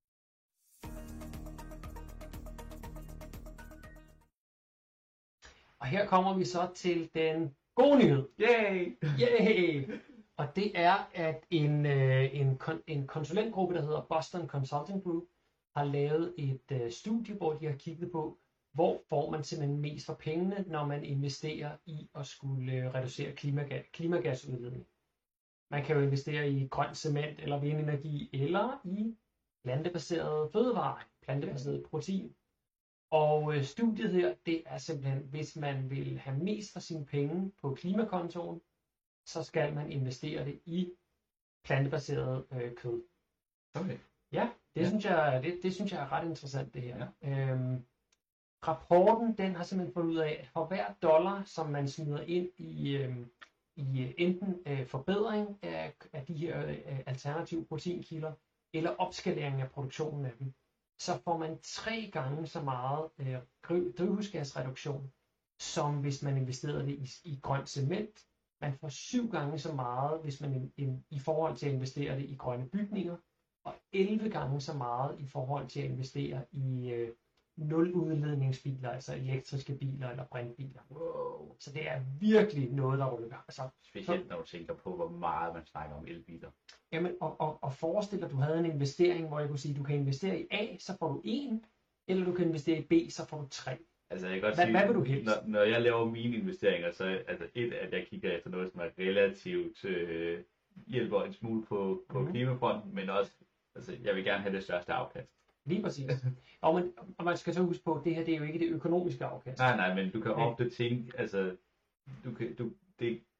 Og her kommer vi så til den gode nyhed. Yay! Yay! Og det er, at en, øh, en, kon- en konsulentgruppe, der hedder Boston Consulting Group, har lavet et øh, studie, hvor de har kigget på, hvor får man simpelthen mest for pengene, når man investerer i at skulle øh, reducere klimagas, klimagasudledning. Man kan jo investere i grøn cement eller vindenergi, eller i plantebaserede fødevarer, plantebaseret protein. Og øh, studiet her, det er simpelthen, hvis man vil have mest for sine penge på klimakontoen, så skal man investere det i plantebaseret øh, kød. Okay. Ja, det, Ja. Synes jeg, det, det synes jeg er ret interessant det her. Ja. Øhm, rapporten den har simpelthen fundet ud af, at for hver dollar, som man smider ind i, øhm, i øh, enten øh, forbedring af, af de her øh, alternative proteinkilder, eller opskalering af produktionen af dem, så får man tre gange så meget øh, gry- drivhusgasreduktion, som hvis man investerede det i, i grøn cement. Man får syv gange så meget, hvis man in, in, i forhold til at investere det i grønne bygninger, og elleve gange så meget i forhold til at investere i øh, nuludledningsbiler, altså elektriske biler eller brintbiler. Wow. Så det er virkelig noget, der rykker. Altså, Specielt når du tænker på, hvor meget man snakker om elbiler. jamen, og, og, og forestil dig, at du havde en investering, hvor jeg kunne sige, at du kan investere i A, så får du en, eller du kan investere i B, så får du tre. Altså, jeg kan godt Hvad- sige, hvad vil du helst? Når, når jeg laver mine investeringer, så er altså et, at jeg kigger efter noget, som er relativt øh, hjælper en smule på, på Mhm. mm. klimafronten, men også, altså, jeg vil gerne have det største afkast. Lige præcis. og, man, og man skal så huske på, at det her det er jo ikke det økonomiske afkast. Nej, nej, men du kan Okay. ofte tænke, altså, du kan, du, det,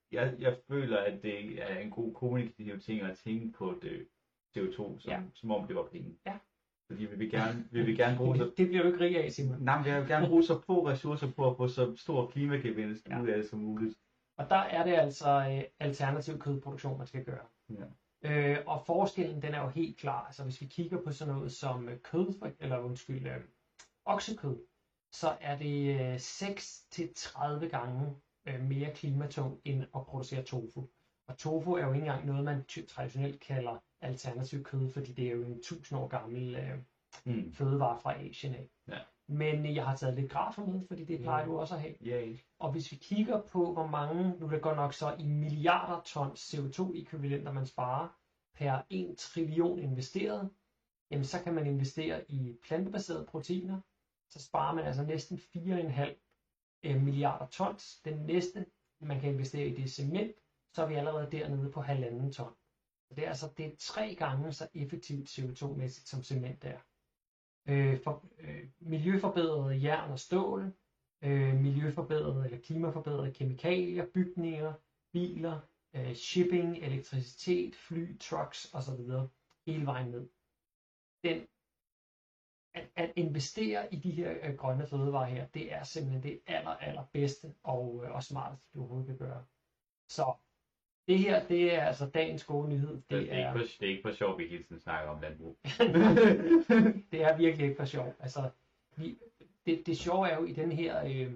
jeg, jeg føler, at det er en god kommunikativ ting at tænke på det C O to, som, Ja. som om det var penge. Ja. Fordi vi vil gerne, vi vil gerne bruge så... Det bliver du ikke rig af, Simon. Nej, men vi vil gerne bruge så få ressourcer på at få så stor klimagevinst Ja. ud af det som muligt. Og der er det altså øh, alternativ kødproduktion, man skal gøre. Ja. Øh, og forskellen, den er jo helt klar. Altså hvis vi kigger på sådan noget som øh, kød, for, eller undskyld, øh, oksekød, så er det øh, seks til tredive gange øh, mere klimatung end at producere tofu. Og tofu er jo ikke engang noget, man ty- traditionelt kalder alternativ kød, fordi det er jo en tusind år gammel øh, Mm. fødevare fra Asien af. Ja. Men øh, jeg har taget lidt grafer med, fordi det plejer du også at have. Yay. Og hvis vi kigger på, hvor mange, nu er det godt nok så i milliarder tons C O to ekvivalenter, man sparer per en trillion investeret, jamen så kan man investere i plantebaserede proteiner, så sparer man altså næsten fire komma fem milliarder tons. Den næste, man kan investere i, det er cement, så er vi allerede dernede på halvanden ton. Så det er altså det er tre gange så effektivt C O to-mæssigt som cement er. Øh, for, øh, miljøforbedrede jern og stål, øh, miljøforbedrede eller klimaforbedrede kemikalier, bygninger, biler, øh, shipping, elektricitet, fly, trucks osv. hele vejen ned. Den, at, at investere i de her øh, grønne fødevarer her, det er simpelthen det aller, aller bedste og, øh, og smarteste, du overhovedet kan gøre. Så det her, det er altså dagens gode nyhed. Det, det, er er, ikke for, det er ikke for sjovt, vi hele tiden snakker om landbrug. det er virkelig ikke for sjov. Altså, vi, det, det sjove er jo i den her øh,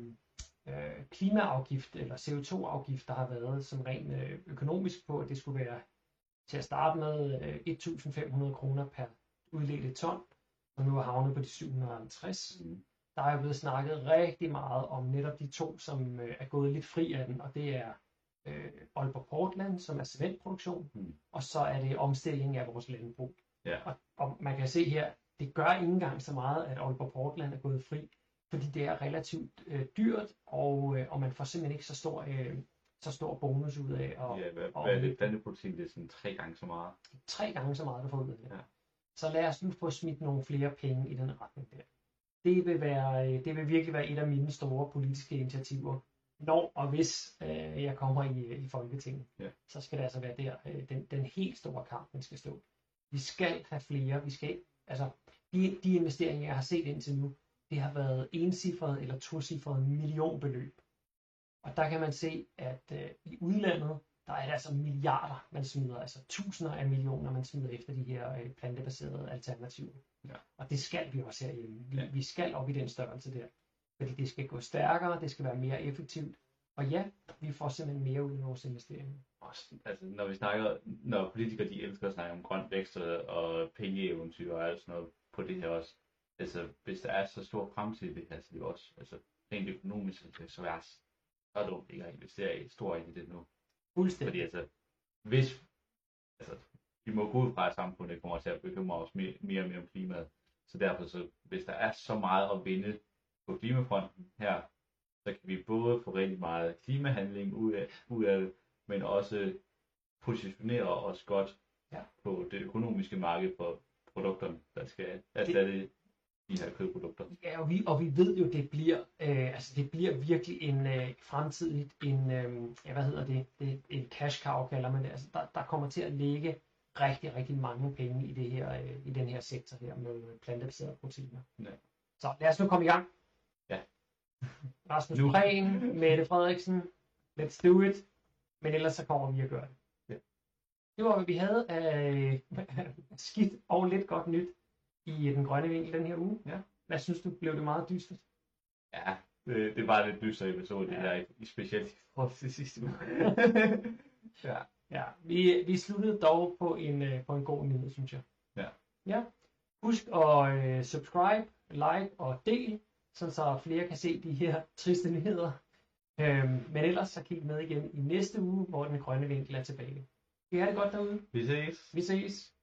øh, klimaafgift, eller C O to afgift, der har været som rent øh, økonomisk på, at det skulle være til at starte med øh, et tusind fem hundrede kroner per udledt ton, og nu er havnet på de syv hundrede og halvtreds. Mm. Der er jo blevet snakket rigtig meget om netop de to, som øh, er gået lidt fri af den, og det er øh, Aalborg Portland, som er cementproduktion, Mm. og så er det omstilling af vores landbrug. Ja. Og, og man kan se her, det gør ikke engang så meget, at Aalborg Portland er gået fri, fordi det er relativt øh, dyrt, og, øh, og man får simpelthen ikke så stor, øh, så stor bonus ud af. Og, Ja, hvad, og hvad er det? Planteprotein, det er sådan tre gange så meget. tre gange så meget, du får ud af det. Ja. Så lad os nu få smidt nogle flere penge i den retning der. Det vil, være, øh, det vil virkelig være et af mine store politiske initiativer. Når og hvis øh, jeg kommer i, i Folketinget, Ja. så skal det altså være der, øh, den, den helt store kamp, den skal stå. Vi skal have flere, vi skal, altså de, de investeringer, jeg har set indtil nu, det har været encifrede eller tocifrede millionbeløb. Og der kan man se, at øh, i udlandet, der er det altså milliarder, man smider, altså tusinder af millioner, man smider efter de her øh, plantebaserede alternativer. Ja. Og det skal vi også herhjemme. Vi, Ja. vi skal op i den størrelse der. Fordi det skal gå stærkere, det skal være mere effektivt. Og ja, vi får simpelthen mere ud af vores investeringer. Også, altså, når vi snakker, når politikere de elsker at snakke om grøn vækst og, og pengeeventyr og alt sådan noget på det her også. Altså, hvis der er så stor fremtid i det her, så det er også, altså, rent økonomisk, så det er svært, så er dumt ikke at investere i stor i det nu. Fuldstændig. Fordi altså, hvis, altså, vi må gå ud fra, at samfundet kommer til at bekymre os mere, mere og mere om klimaet. Så derfor, så, hvis der er så meget at vinde på klimafronten her, så kan vi både få rigtig meget klimahandling ud af, ud af det, men også positionere os godt ja. på det økonomiske marked for produkterne, der skal erstatte de her kødprodukter. Ja, og vi, og vi ved jo, det bliver, øh, altså det bliver virkelig en øh, fremtidigt, en, øh, ja, hvad hedder det, det en cash cow kalder man det. Altså der, der kommer til at ligge rigtig, rigtig mange penge i det her, øh, i den her sektor her med plantebaserede proteiner. Ja. Så lad os nu komme i gang. Ja. Rasmus Prehn, Mette Frederiksen, let's do it. Men ellers så kommer vi at gøre det. Ja. Det var, hvad vi havde af skidt og lidt godt nyt i den grønne vinkel den her uge. Ja. Hvad synes du, blev det meget dystert? Ja, det, det var lidt dyster episode, Ja. det der i specielt i forhold til sidste uge. ja. Ja, vi, vi sluttede dog på en, øh, på en god nyhed, synes jeg. Ja. Ja. Husk at øh, subscribe, like og del, så flere kan se de her triste nyheder. Øhm, men ellers så kig med igen i næste uge, hvor den grønne vinkel er tilbage. Vi har det godt derude. Vi ses. Vi ses.